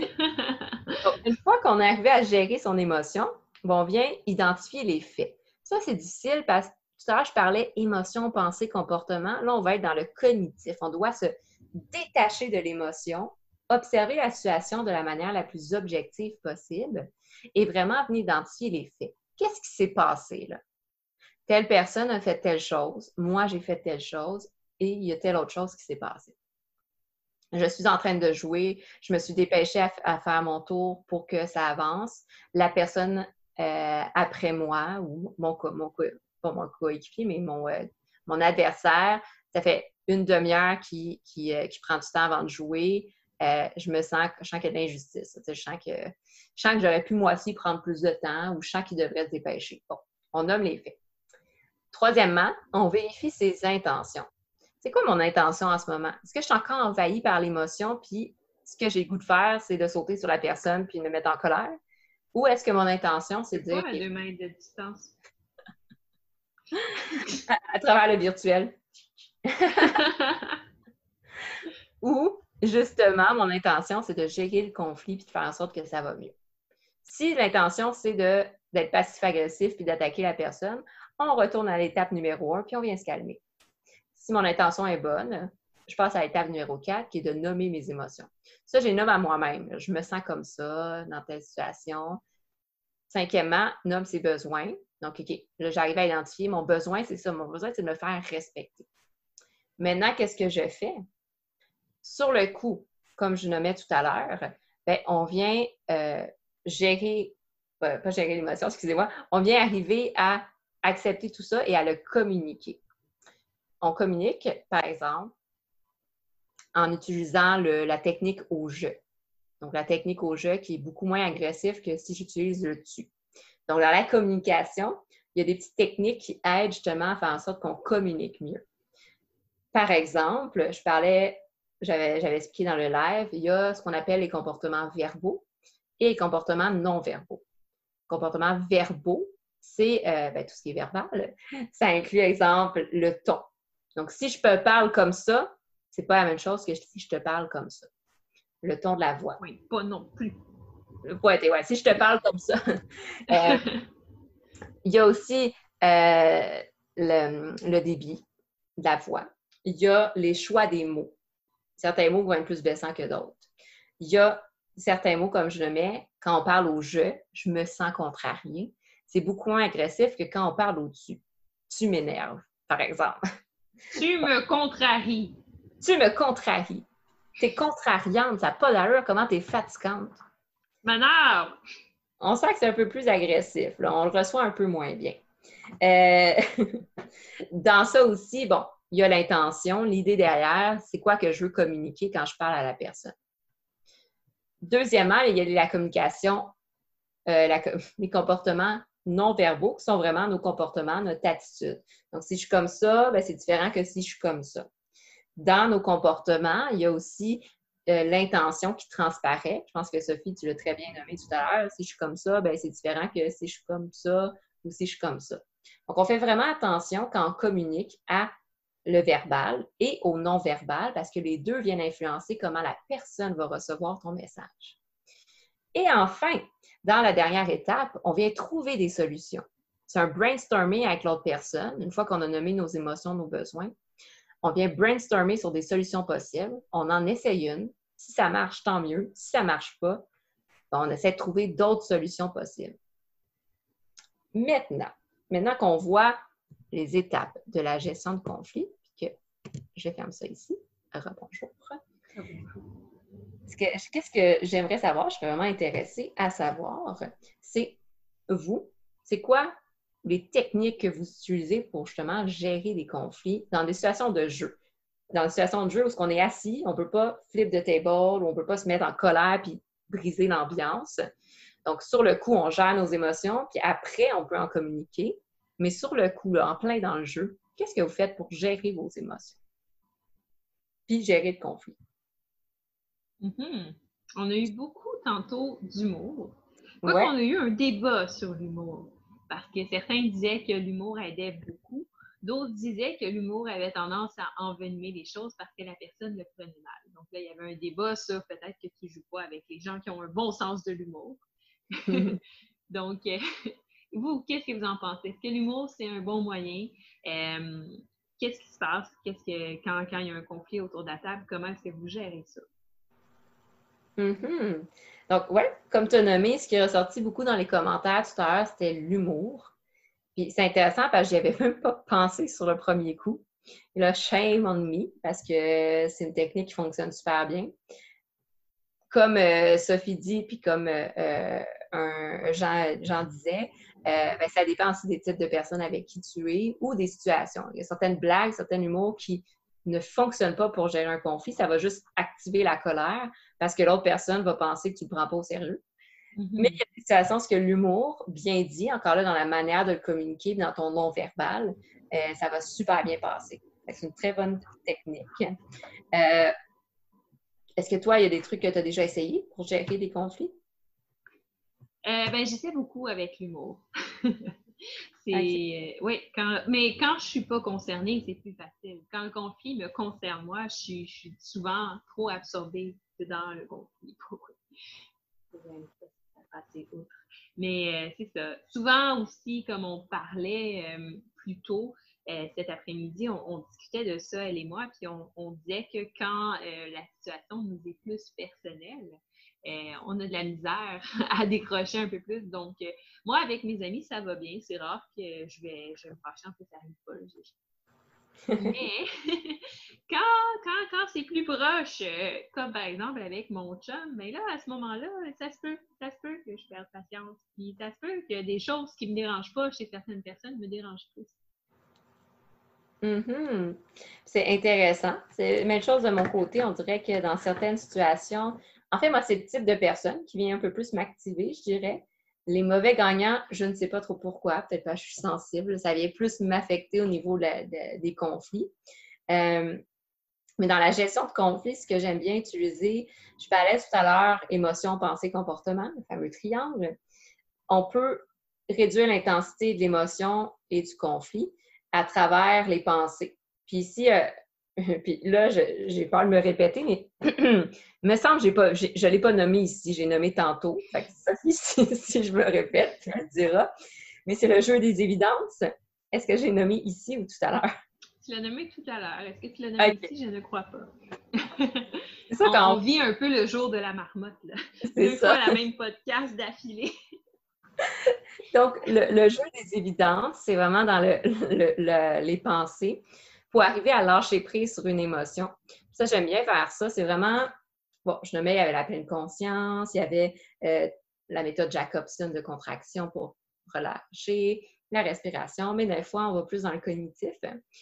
Une fois qu'on est arrivé à gérer son émotion, on vient identifier les faits. Ça, c'est difficile parce que tout à l'heure, je parlais émotion, pensée, comportement. Là, on va être dans le cognitif. On doit se détacher de l'émotion, observer la situation de la manière la plus objective possible et vraiment venir identifier les faits. Qu'est-ce qui s'est passé là? Telle personne a fait telle chose, moi j'ai fait telle chose et il y a telle autre chose qui s'est passée. Je suis en train de jouer, je me suis dépêchée à faire mon tour pour que ça avance. La personne après moi, ou pas mon coéquipier, mais mon adversaire, ça fait une demi-heure qui prend du temps avant de jouer. Je sens qu'il y a de l'injustice. Je sens que j'aurais pu moi aussi prendre plus de temps ou je sens qu'il devrait se dépêcher. Bon, on nomme les faits. Troisièmement, on vérifie ses intentions. c'est quoi mon intention en ce moment? Est-ce que je suis encore envahie par l'émotion, puis ce que j'ai le goût de faire, c'est de sauter sur la personne puis de me mettre en colère? Ou est-ce que mon intention, c'est de C'est dire quoi à 2 mètres de distance? à travers le virtuel? Ou, justement, mon intention, c'est de gérer le conflit puis de faire en sorte que ça va mieux. Si l'intention, c'est d'être passif-agressif puis d'attaquer la personne, on retourne à l'étape numéro 1 puis on vient se calmer. Si mon intention est bonne, je passe à l'étape numéro 4 qui est de nommer mes émotions. Ça, je les nomme à moi-même. Je me sens comme ça dans telle situation. Cinquièmement, nomme ses besoins. Donc, OK, là, j'arrive à identifier mon besoin, c'est ça. Mon besoin, c'est de me faire respecter. Maintenant, qu'est-ce que je fais? Sur le coup, comme je nommais tout à l'heure, bien, on vient gérer, pas gérer l'émotion, excusez-moi, on vient arriver à accepter tout ça et à le communiquer. On communique, par exemple, en utilisant la technique au jeu. Donc, la technique au jeu qui est beaucoup moins agressive que si j'utilise le tu. Donc, dans la communication, il y a des petites techniques qui aident justement à faire en sorte qu'on communique mieux. Par exemple, j'avais expliqué dans le live, il y a ce qu'on appelle les comportements verbaux et les comportements non verbaux. Comportements verbaux, c'est tout ce qui est verbal. Ça inclut, exemple, le ton. Donc, si je te parle comme ça, c'est pas la même chose que si je te parle comme ça. Le ton de la voix. Oui, pas non plus. Ouais, si je te parle comme ça. Il y a aussi le débit de la voix. Il y a les choix des mots. Certains mots vont être plus baissants que d'autres. Il y a certains mots, comme je le mets, quand on parle au « je me sens contrariée ». C'est beaucoup moins agressif que quand on parle au « tu ». Tu m'énerves, par exemple. Tu me contraries. Tu me contraries. T'es contrariante, ça n'a pas d'allure, comment t'es fatigante. M'énerve. On sent que c'est un peu plus agressif, là. On le reçoit un peu moins bien. Dans ça aussi, bon, il y a l'intention, l'idée derrière, c'est quoi que je veux communiquer quand je parle à la personne. Deuxièmement, il y a la communication, les comportements non verbaux qui sont vraiment nos comportements, notre attitude. Donc, si je suis comme ça, bien, c'est différent que si je suis comme ça. Dans nos comportements, il y a aussi l'intention qui transparaît. Je pense que Sophie, tu l'as très bien nommé tout à l'heure. Si je suis comme ça, bien, c'est différent que si je suis comme ça ou si je suis comme ça. Donc, on fait vraiment attention quand on communique à le verbal et au non-verbal parce que les deux viennent influencer comment la personne va recevoir ton message. Et enfin, dans la dernière étape, on vient trouver des solutions. C'est un brainstorming avec l'autre personne, une fois qu'on a nommé nos émotions, nos besoins. On vient brainstormer sur des solutions possibles. On en essaye une. Si ça marche, tant mieux. Si ça ne marche pas, on essaie de trouver d'autres solutions possibles. Maintenant qu'on voit les étapes de la gestion de conflit, puis que je ferme ça ici. Rebonjour. Qu'est-ce que j'aimerais savoir, je suis vraiment intéressée à savoir, c'est vous, c'est quoi les techniques que vous utilisez pour justement gérer des conflits dans des situations de jeu? Dans des situations de jeu où on est assis, on ne peut pas flip de table, on ne peut pas se mettre en colère puis briser l'ambiance. Donc, sur le coup, on gère nos émotions, puis après, on peut en communiquer. Mais sur le coup, là, en plein dans le jeu, qu'est-ce que vous faites pour gérer vos émotions? Puis gérer le conflit. Mm-hmm. On a eu beaucoup tantôt d'humour. Quoi Ouais. qu'on a eu un débat sur l'humour. Parce que certains disaient que l'humour aidait beaucoup. D'autres disaient que l'humour avait tendance à envenimer les choses parce que la personne le prenait mal. Donc là, il y avait un débat sur peut-être que tu ne joues pas avec les gens qui ont un bon sens de l'humour. Donc, vous, qu'est-ce que vous en pensez? Est-ce que l'humour, c'est un bon moyen? Qu'est-ce qui se passe quand il y a un conflit autour de la table? Comment est-ce que vous gérez ça? Mm-hmm. Donc, oui, comme tu as nommé, ce qui est ressorti beaucoup dans les commentaires tout à l'heure, c'était l'humour. Puis c'est intéressant parce que j'y avais même pas pensé sur le premier coup. Et là, shame on me, parce que c'est une technique qui fonctionne super bien. Comme Sophie dit, puis comme Jean disait, ça dépend aussi des types de personnes avec qui tu es ou des situations. Il y a certaines blagues, certains humours qui ne fonctionnent pas pour gérer un conflit. Ça va juste activer la colère parce que l'autre personne va penser que tu ne le prends pas au sérieux. Mm-hmm. Mais il y a des situations où l'humour, bien dit, encore là, dans la manière de le communiquer, dans ton non-verbal, ça va super bien passer. C'est une très bonne technique. Euh, Est-ce que toi, il y a des trucs que tu as déjà essayé pour gérer des conflits? J'essaie beaucoup avec l'humour. OK. Oui, mais quand je suis pas concernée, c'est plus facile. Quand le conflit me concerne moi, je suis souvent trop absorbée dans le conflit pour passer outre. Mais c'est ça. Souvent aussi, comme on parlait plus tôt cet après-midi, on discutait de ça, elle et moi, puis on disait que quand la situation nous est plus personnelle, on a de la misère à décrocher un peu plus. Donc, moi, avec mes amis, ça va bien. C'est rare que je vais me fâcher en fait, ça n'arrive pas. Mais quand c'est plus proche, comme par exemple avec mon chum, ben là, à ce moment-là, ça se peut que je perde patience. Puis ça se peut que des choses qui me dérangent pas chez certaines personnes me dérangent plus. Mhm. C'est intéressant. C'est la même chose de mon côté. On dirait que dans certaines situations, en fait, moi, c'est le type de personne qui vient un peu plus m'activer, je dirais. Les mauvais gagnants, je ne sais pas trop pourquoi. Peut-être parce que je suis sensible. Ça vient plus m'affecter au niveau des conflits. Euh, mais dans la gestion de conflits, ce que j'aime bien utiliser, je parlais tout à l'heure émotion, pensée, comportement, le fameux triangle. On peut réduire l'intensité de l'émotion et du conflit à travers les pensées. Puis ici, puis là, j'ai peur de me répéter, mais il me semble que je ne l'ai pas nommé ici, j'ai nommé tantôt. Fait que Sophie, si je me répète, tu me le diras. Mais c'est le jeu des évidences. Est-ce que j'ai nommé ici ou tout à l'heure? Tu l'as nommé tout à l'heure. Est-ce que tu l'as nommé OK. ici? Je ne crois pas. C'est ça On quand vit un peu le jour de la marmotte, là. c'est 2 fois ça. la même podcast d'affilée. Donc, le jeu des évidences, c'est vraiment dans les pensées pour arriver à lâcher prise sur une émotion. Ça, j'aime bien faire ça. C'est vraiment, bon, je nommais, il y avait la pleine conscience, il y avait la méthode Jacobson de contraction pour relâcher, la respiration, mais des fois, on va plus dans le cognitif.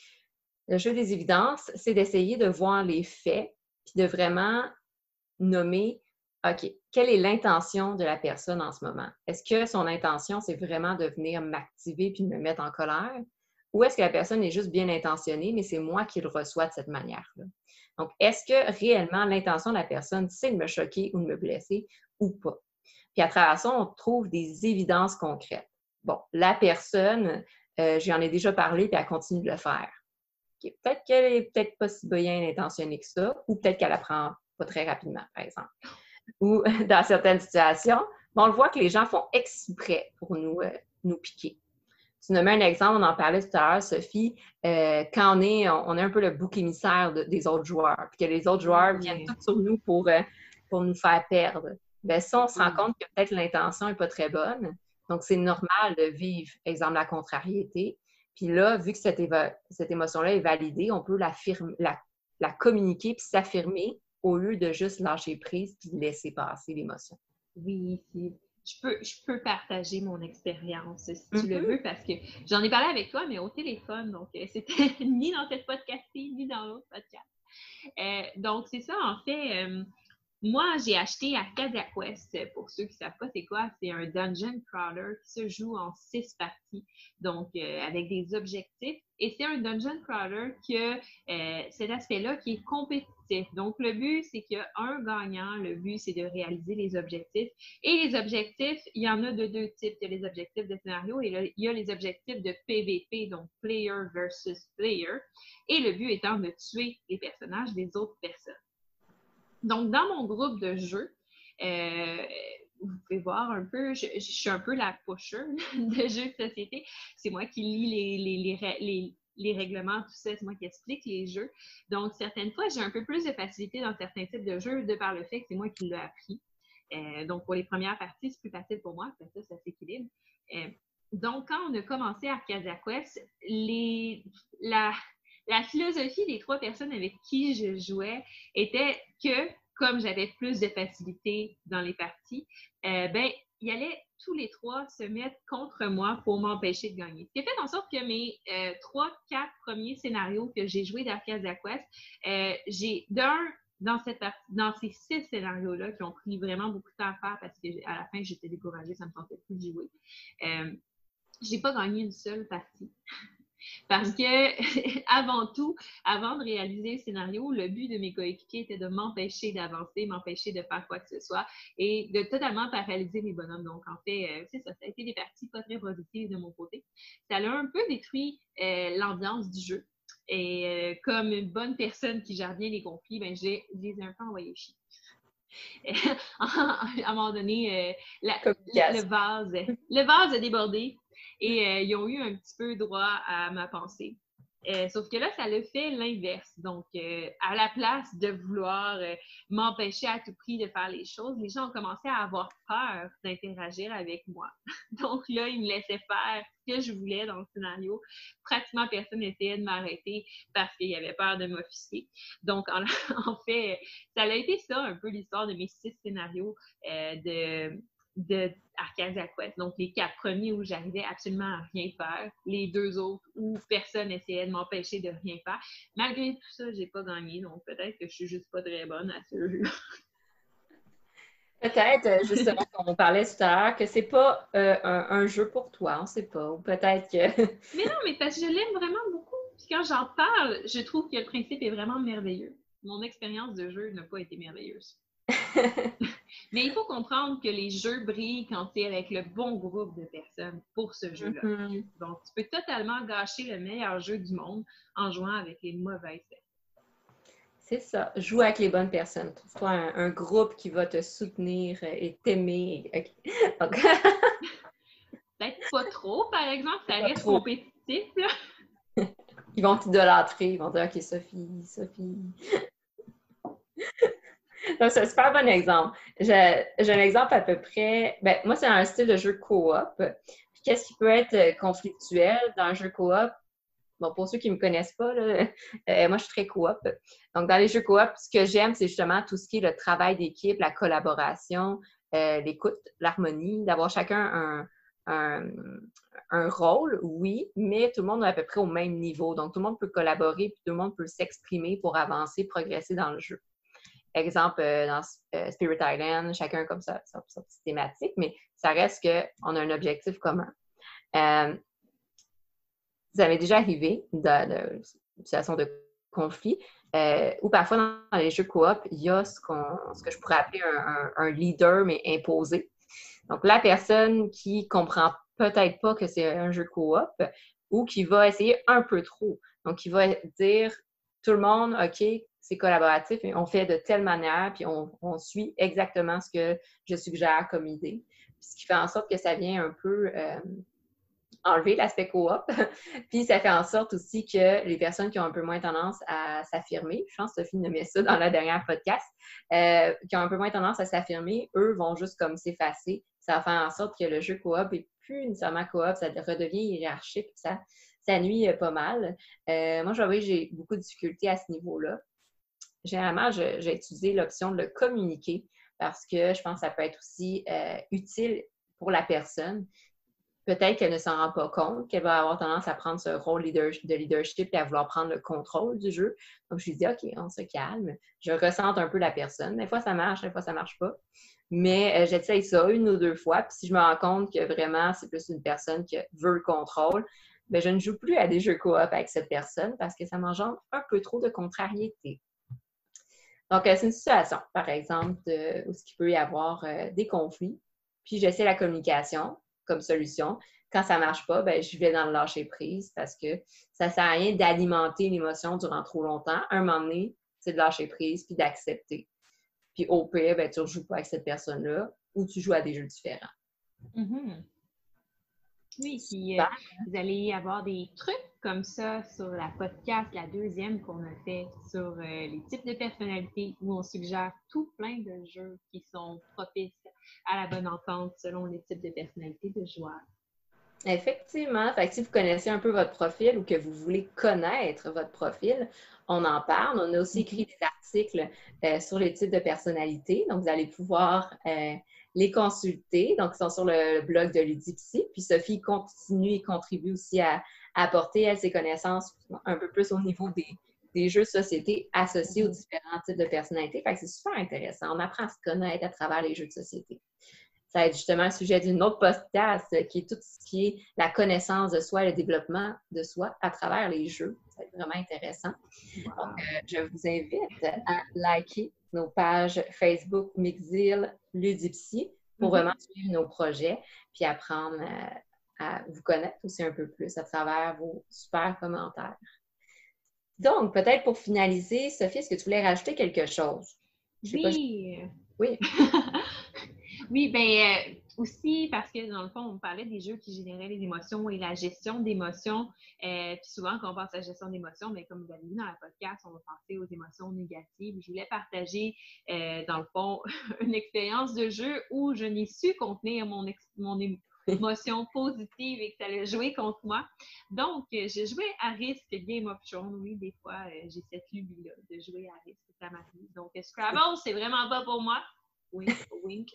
Le jeu des évidences, c'est d'essayer de voir les faits, puis de vraiment nommer, OK, quelle est l'intention de la personne en ce moment? Est-ce que son intention, c'est vraiment de venir m'activer puis de me mettre en colère? Ou est-ce que la personne est juste bien intentionnée, mais c'est moi qui le reçois de cette manière-là? Donc, est-ce que réellement l'intention de la personne, c'est de me choquer ou de me blesser ou pas? Puis à travers ça, on trouve des évidences concrètes. Bon, la personne, j'en ai déjà parlé, puis elle continue de le faire. Okay. Peut-être qu'elle est peut-être pas si bien intentionnée que ça, ou peut-être qu'elle apprend pas très rapidement, par exemple. Ou dans certaines situations, on le voit que les gens font exprès pour nous piquer. Tu nommais un exemple, on en parlait tout à l'heure, Sophie, quand on est un peu le bouc émissaire des autres joueurs, puis que les autres joueurs viennent tous sur nous pour nous faire perdre. Bien, ça, on se rend compte que peut-être l'intention n'est pas très bonne. Donc, c'est normal de vivre, exemple, la contrariété. Puis là, vu que cette émotion-là est validée, on peut la communiquer puis s'affirmer au lieu de juste lâcher prise puis laisser passer l'émotion. Oui, je peux partager mon expérience si tu le Mm-hmm. veux, parce que j'en ai parlé avec toi, mais au téléphone. Donc, c'était ni dans cette podcast-ci, ni dans l'autre podcast. Donc, c'est ça, en fait. Moi, j'ai acheté Arcadia Quest. Pour ceux qui ne savent pas c'est quoi, c'est un dungeon crawler qui se joue en 6 parties, donc avec des objectifs. Et c'est un dungeon crawler qui a cet aspect-là qui est compétitif. Donc, le but, c'est qu'il y a un gagnant. Le but, c'est de réaliser les objectifs. Et les objectifs, il y en a de 2 types. Il y a les objectifs de scénario et il y a les objectifs de PVP, donc player versus player. Et le but étant de tuer les personnages des autres personnes. Donc, dans mon groupe de jeu, vous pouvez voir un peu, je suis un peu la pusher de jeux de société. C'est moi qui lis les règlements, tout ça, c'est moi qui explique les jeux. Donc, certaines fois, j'ai un peu plus de facilité dans certains types de jeux de par le fait que c'est moi qui l'ai appris. Donc, pour les premières parties, c'est plus facile pour moi, après ça s'équilibre. Donc, quand on a commencé Arcadia Quest, la philosophie des 3 personnes avec qui je jouais était que, comme j'avais plus de facilité dans les parties, ils allaient tous les 3 se mettre contre moi pour m'empêcher de gagner. Ce qui a fait en sorte que mes 3-4 premiers scénarios que j'ai joués d'Arcadia Quest, j'ai dans ces 6 scénarios-là qui ont pris vraiment beaucoup de temps à faire parce qu'à la fin, j'étais découragée, ça ne me tentait plus de jouer. J'ai pas gagné une seule partie. Parce que, avant tout, avant de réaliser le scénario, le but de mes coéquipiers était de m'empêcher d'avancer, m'empêcher de faire quoi que ce soit et de totalement paralyser mes bonhommes. Donc, en fait, c'est ça. Ça a été des parties pas très positives de mon côté. Ça a un peu détruit l'ambiance du jeu. Et comme une bonne personne qui gère bien les conflits, ben, je les ai un peu envoyés chier. À un moment donné, le vase a débordé et ils ont eu un petit peu droit à ma pensée. Sauf que là, ça le fait l'inverse. Donc, à la place de vouloir m'empêcher à tout prix de faire les choses, les gens ont commencé à avoir peur d'interagir avec moi. Donc là, ils me laissaient faire ce que je voulais dans le scénario. Pratiquement personne n'essayait de m'arrêter parce qu'il y avait peur de m'officier. Donc, en fait, ça a été ça un peu l'histoire de mes 6 scénarios de Arcadia Quest. Donc, les 4 premiers où j'arrivais absolument à rien faire, les 2 autres où personne essayait de m'empêcher de rien faire. Malgré tout ça, j'ai pas gagné, donc peut-être que je suis juste pas très bonne à ce jeu-là. Peut-être, justement, comme on parlait tout à l'heure, que c'est pas un jeu pour toi, on sait pas. Ou peut-être que... Mais non, mais parce que je l'aime vraiment beaucoup. Puis quand j'en parle, je trouve que le principe est vraiment merveilleux. Mon expérience de jeu n'a pas été merveilleuse. Mais il faut comprendre que les jeux brillent quand tu es avec le bon groupe de personnes pour ce jeu-là. Donc, tu peux totalement gâcher le meilleur jeu du monde en jouant avec les mauvaises personnes. C'est ça. Joue avec les bonnes personnes. Trouve-toi un groupe qui va te soutenir et t'aimer. Okay. Donc... Peut-être pas trop, par exemple. Ça reste compétitif, là. Ils vont t'idolâtrer. Ils vont dire « OK, Sophie. » Donc, c'est un super bon exemple. J'ai un exemple à peu près... Ben, moi, c'est un style de jeu coop. Puis qu'est-ce qui peut être conflictuel dans un jeu coop? Bon, pour ceux qui ne me connaissent pas, là, moi, je suis très coop. Donc, dans les jeux coop, ce que j'aime, c'est justement tout ce qui est le travail d'équipe, la collaboration, l'écoute, l'harmonie, d'avoir chacun un rôle, oui, mais tout le monde est à peu près au même niveau. Donc, tout le monde peut collaborer, puis tout le monde peut s'exprimer pour avancer, progresser dans le jeu. Exemple, dans Spirit Island, chacun comme ça, sa petite thématique, mais ça reste qu'on a un objectif commun. Ça m'est déjà arrivé dans une situation de conflit où parfois dans les jeux coop, il y a ce que je pourrais appeler un leader, mais imposé. Donc, la personne qui comprend peut-être pas que c'est un jeu coop ou qui va essayer un peu trop. Donc, il va dire tout le monde, OK, c'est collaboratif, mais on fait de telle manière, puis on suit exactement ce que je suggère comme idée. Puis, ce qui fait en sorte que ça vient un peu enlever l'aspect coop. Puis ça fait en sorte aussi que les personnes qui ont un peu moins tendance à s'affirmer, je pense que Sophie nommait ça dans la dernière podcast, qui ont un peu moins tendance à s'affirmer, eux vont juste comme s'effacer. Ça va faire en sorte que le jeu coop n'est plus nécessairement coop, ça redevient hiérarchique, ça nuit pas mal. Moi, je vois que j'ai beaucoup de difficultés à ce niveau-là. Généralement, j'ai utilisé l'option de le communiquer parce que je pense que ça peut être aussi utile pour la personne. Peut-être qu'elle ne s'en rend pas compte, qu'elle va avoir tendance à prendre ce rôle de leadership et à vouloir prendre le contrôle du jeu. Donc, je lui dis, OK, on se calme. Je ressente un peu la personne. Des fois, ça marche, des fois, ça ne marche pas. Mais j'essaye ça 1 ou 2 fois. Puis si je me rends compte que vraiment, c'est plus une personne qui veut le contrôle, bien, je ne joue plus à des jeux coop avec cette personne parce que ça m'engendre un peu trop de contrariété. Donc, c'est une situation, par exemple, où il peut y avoir des conflits. Puis, j'essaie la communication comme solution. Quand ça ne marche pas, ben, je vais dans le lâcher-prise parce que ça ne sert à rien d'alimenter l'émotion durant trop longtemps. Un moment donné, c'est de lâcher prise puis d'accepter. Puis au pire, ben, tu ne rejoues pas avec cette personne-là ou tu joues à des jeux différents. Mm-hmm. Oui, puis vous allez avoir des trucs comme ça sur la podcast, la 2e qu'on a fait sur les types de personnalités où on suggère tout plein de jeux qui sont propices à la bonne entente selon les types de personnalités de joueurs. Effectivement. Fait que si vous connaissez un peu votre profil ou que vous voulez connaître votre profil, on en parle. On a aussi écrit des articles sur les types de personnalités. Donc, vous allez pouvoir les consulter. Donc, ils sont sur le blog de Ludipsy. Puis, Sophie continue et contribue aussi à apporter ses connaissances un peu plus au niveau des jeux de société associés aux différents types de personnalités. Fait que c'est super intéressant. On apprend à se connaître à travers les jeux de société. ça va être justement le sujet d'une autre podcast qui est tout ce qui est la connaissance de soi et le développement de soi à travers les jeux. Ça va être vraiment intéressant. Wow. Donc, je vous invite à liker nos pages Facebook, Mixil, Ludipsy pour vraiment suivre nos projets puis apprendre à vous connaître aussi un peu plus à travers vos super commentaires. Donc, peut-être pour finaliser, Sophie, est-ce que tu voulais rajouter quelque chose? Oui. Oui. Oui, bien, aussi parce que dans le fond, on parlait des jeux qui généraient les émotions et la gestion d'émotions. Puis souvent, quand on pense à la gestion d'émotions, mais comme vous avez vu dans le podcast, on va penser aux émotions négatives. Je voulais partager, dans le fond, une expérience de jeu où je n'ai su contenir mon émotion positive et que ça allait jouer contre moi. Donc, j'ai joué à risque Game of Thrones. Oui, des fois, j'ai cette lubie-là de jouer à risque. Ça m'arrive. Donc, Scrabble, c'est vraiment pas pour moi. Wink, wink.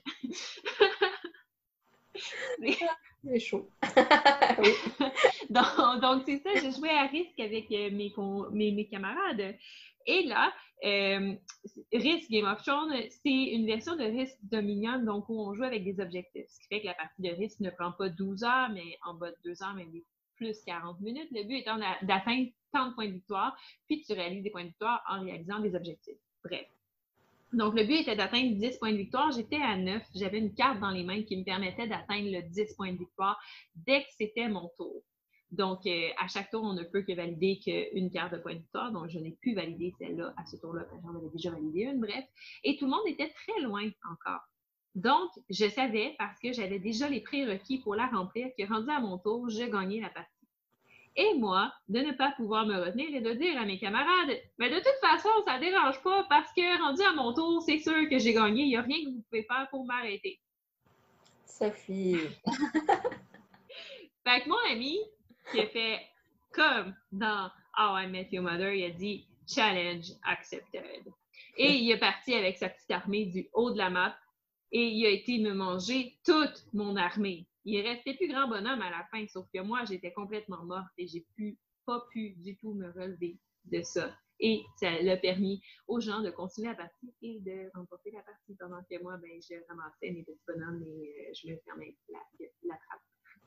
C'est chaud. Oui. donc c'est ça, j'ai joué à risque avec mes camarades. Et là, Risk Game of Thrones, c'est une version de Risk Dominion, donc où on joue avec des objectifs. Ce qui fait que la partie de Risk ne prend pas 12 heures, mais en bas de 2 heures, mais plus 40 minutes. Le but étant d'atteindre tant de points de victoire, puis tu réalises des points de victoire en réalisant des objectifs. Bref. Donc, le but était d'atteindre 10 points de victoire. J'étais à 9. J'avais une carte dans les mains qui me permettait d'atteindre le 10 points de victoire dès que c'était mon tour. Donc, à chaque tour, on ne peut que valider qu'une carte de point de victoire. Donc, je n'ai pu valider celle-là à ce tour-là, parce que j'en avais déjà validé une, bref. Et tout le monde était très loin encore. Donc, je savais, parce que j'avais déjà les prérequis pour la remplir, que rendu à mon tour, je gagnais la partie. Et moi, de ne pas pouvoir me retenir et de dire à mes camarades, mais de toute façon, ça ne dérange pas parce que rendu à mon tour, c'est sûr que j'ai gagné. Il n'y a rien que vous pouvez faire pour m'arrêter. Sophie. Fait que mon ami, qui a fait comme dans How I Met Your Mother, il a dit Challenge accepted. Et il est parti avec sa petite armée du haut de la map et il a été me manger toute mon armée. Il restait plus grand bonhomme à la fin, sauf que moi, j'étais complètement morte et j'ai pas pu du tout me relever de ça. Et ça l'a permis aux gens de continuer la partie et de remporter la partie pendant que moi, ben, je ramassais mes petits bonhommes et je me fermais la trappe.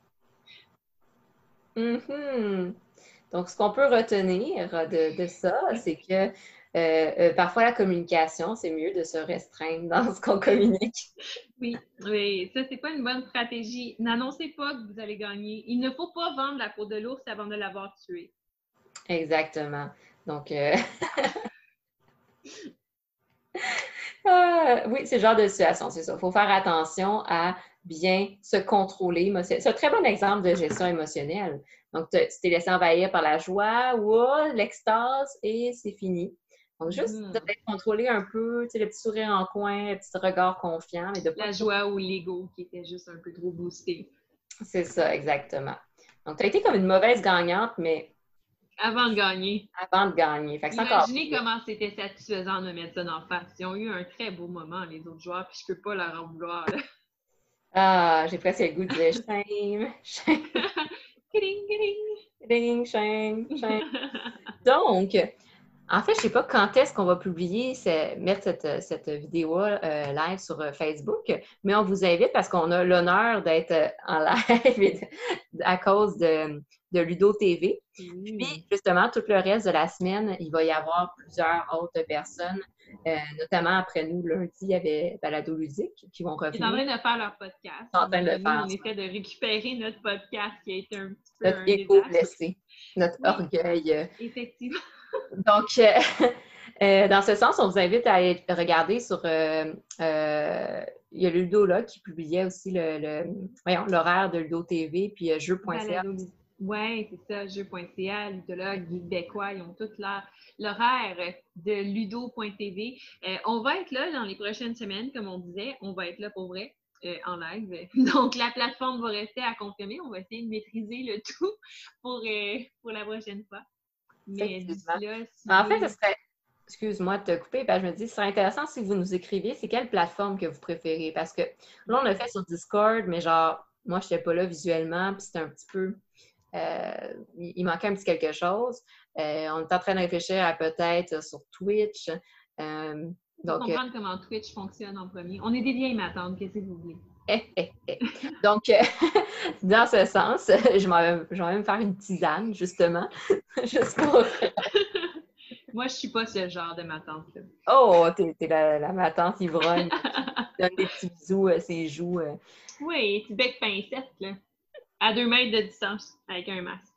Mm-hmm. Donc, ce qu'on peut retenir de ça, c'est que parfois la communication, c'est mieux de se restreindre dans ce qu'on communique. Oui, ça, c'est pas une bonne stratégie. N'annoncez pas que vous allez gagner. Il ne faut pas vendre la peau de l'ours avant de l'avoir tué. Exactement. Donc, oui, c'est le genre de situation, c'est ça. Il faut faire attention à bien se contrôler. C'est un très bon exemple de gestion émotionnelle. Donc, tu t'es laissé envahir par la joie ou l'extase et c'est fini. Donc, juste d'être contrôlé un peu, tu sais, le petit sourire en coin, le petit regard confiant. Mais de la joie ou l'ego qui était juste un peu trop boosté. C'est ça, exactement. Donc, tu as été comme une mauvaise gagnante, mais avant de gagner. Avant de gagner. Fait que imaginez comment c'était satisfaisant de mettre ça dans face. Ils ont eu un très beau moment, les autres joueurs, puis je peux pas leur en vouloir. Là. Ah, j'ai presque le goût de dire shame, shame. Shame, shame. Donc, en fait, je ne sais pas quand est-ce qu'on va mettre cette vidéo live sur Facebook, mais on vous invite parce qu'on a l'honneur d'être en live à cause de Ludo TV. Puis, justement, tout le reste de la semaine, il va y avoir plusieurs autres personnes, notamment après nous, lundi, il y avait Balado Ludique qui vont revenir. Ils sont en train de faire leur podcast. En train de le faire. On essaie de récupérer notre podcast qui a été un petit peu notre égo blessé, notre orgueil. Effectivement. Donc, dans ce sens, on vous invite à aller regarder sur... il y a Ludo là qui publiait aussi l'horaire de Ludo TV, puis jeu.ca. Oui, c'est ça, jeu.ca, Ludologue, Guy Becquois, ils ont tout l'horaire de ludo.tv. On va être là dans les prochaines semaines, comme on disait, on va être là pour vrai. En live. Donc, la plateforme va rester à confirmer. On va essayer de maîtriser le tout pour la prochaine fois. Mais d'ici là, en fait, ce serait... Excuse-moi de te couper, je me dis, ce serait intéressant si vous nous écriviez, c'est quelle plateforme que vous préférez? Parce que là, on l'a fait sur Discord, mais genre, moi, je n'étais pas là visuellement, puis c'était un petit peu... il manquait un petit quelque chose. On est en train de réfléchir à peut-être sur Twitch. Donc, comprendre comment Twitch fonctionne en premier. On est des vieilles matantes, qu'est-ce que vous voulez? Donc, dans ce sens, je vais même faire une tisane, justement, juste pour... Moi, je suis pas ce genre de ma tante. Là. Oh, t'es ma tante ivrogne qui donne des petits bisous à ses joues. Oui, petit bec pincette, là. À 2 mètres de distance, avec un masque.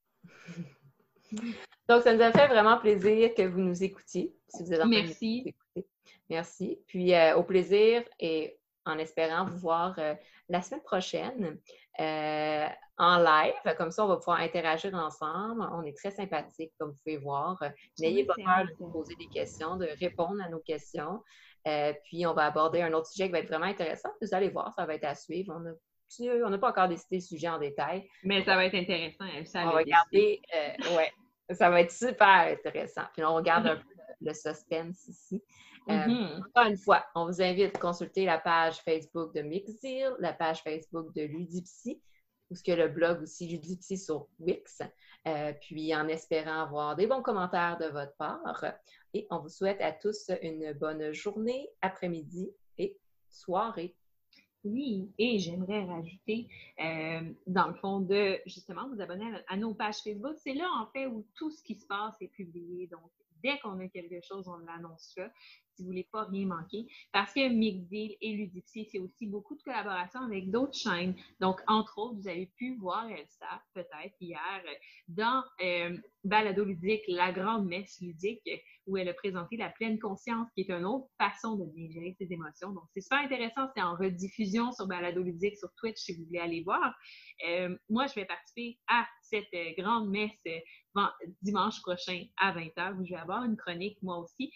Donc, ça nous a fait vraiment plaisir que vous nous écoutiez. Si vous êtes en train de nous Merci. écouter. Merci. Puis, au plaisir et en espérant vous voir la semaine prochaine en live. Comme ça, on va pouvoir interagir ensemble. On est très sympathiques, comme vous pouvez voir. N'ayez pas peur de nous poser des questions, de répondre à nos questions. Puis, on va aborder un autre sujet qui va être vraiment intéressant. Vous allez voir, ça va être à suivre. On n'a pas encore décidé le sujet en détail. Mais ça va être intéressant. Ça on va garder, ouais, ça va être super intéressant. Puis on regarde un peu le suspense ici. Encore une fois, on vous invite à consulter la page Facebook de Mixdeal, la page Facebook de Ludipsy, ou ce que le blog aussi Ludipsy sur Wix. Puis en espérant avoir des bons commentaires de votre part. Et on vous souhaite à tous une bonne journée, après-midi et soirée. Oui, et j'aimerais rajouter, dans le fond, de justement vous abonner à nos pages Facebook. C'est là, en fait, où tout ce qui se passe est publié. Donc, dès qu'on a quelque chose, on l'annonce là, si vous ne voulez pas rien manquer. Parce que Mixdeal et Ludipsy, c'est aussi beaucoup de collaborations avec d'autres chaînes. Donc, entre autres, vous avez pu voir Elsa, peut-être, hier, dans Balado ludique, la grande messe ludique, où elle a présenté la pleine conscience, qui est une autre façon de bien gérer ses émotions. Donc, c'est super intéressant. C'est en rediffusion sur Balado ludique, sur Twitch, si vous voulez aller voir. Moi, je vais participer à cette grande messe dimanche prochain à 20h, où je vais avoir une chronique, moi aussi,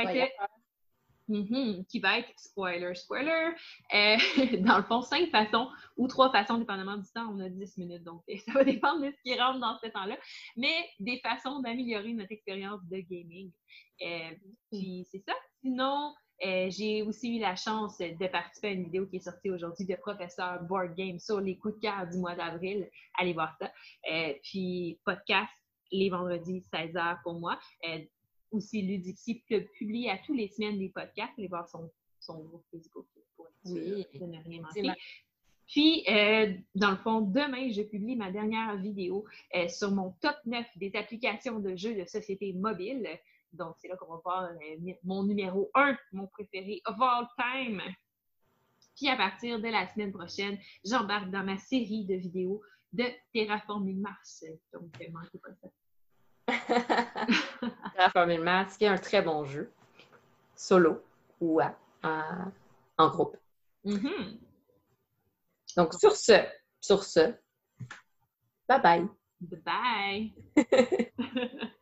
qui va être spoiler, dans le fond, 5 façons ou 3 façons, dépendamment du temps, on a 10 minutes, donc ça va dépendre de ce qui rentre dans ce temps-là, mais des façons d'améliorer notre expérience de gaming. Puis c'est ça. Sinon, j'ai aussi eu la chance de participer à une vidéo qui est sortie aujourd'hui de Professeur Board Game sur les coups de cœur du mois d'avril. Allez voir ça. Puis podcast, les vendredis, 16h pour moi. Aussi, Ludipsy publie à tous les semaines des podcasts. Allez voir son groupe Facebook pour être sûr de ne rien manquer. Puis, dans le fond, demain, je publie ma dernière vidéo sur mon top 9 des applications de jeux de société mobile. Donc, c'est là qu'on va voir mon numéro 1, mon préféré of all time. Puis, à partir de la semaine prochaine, j'embarque dans ma série de vidéos de Terraforming Mars. Donc, ne manquez pas ça. Terraforming Mars, qui est un très bon jeu, solo ou en groupe. Donc, sur ce, bye bye. Bye bye.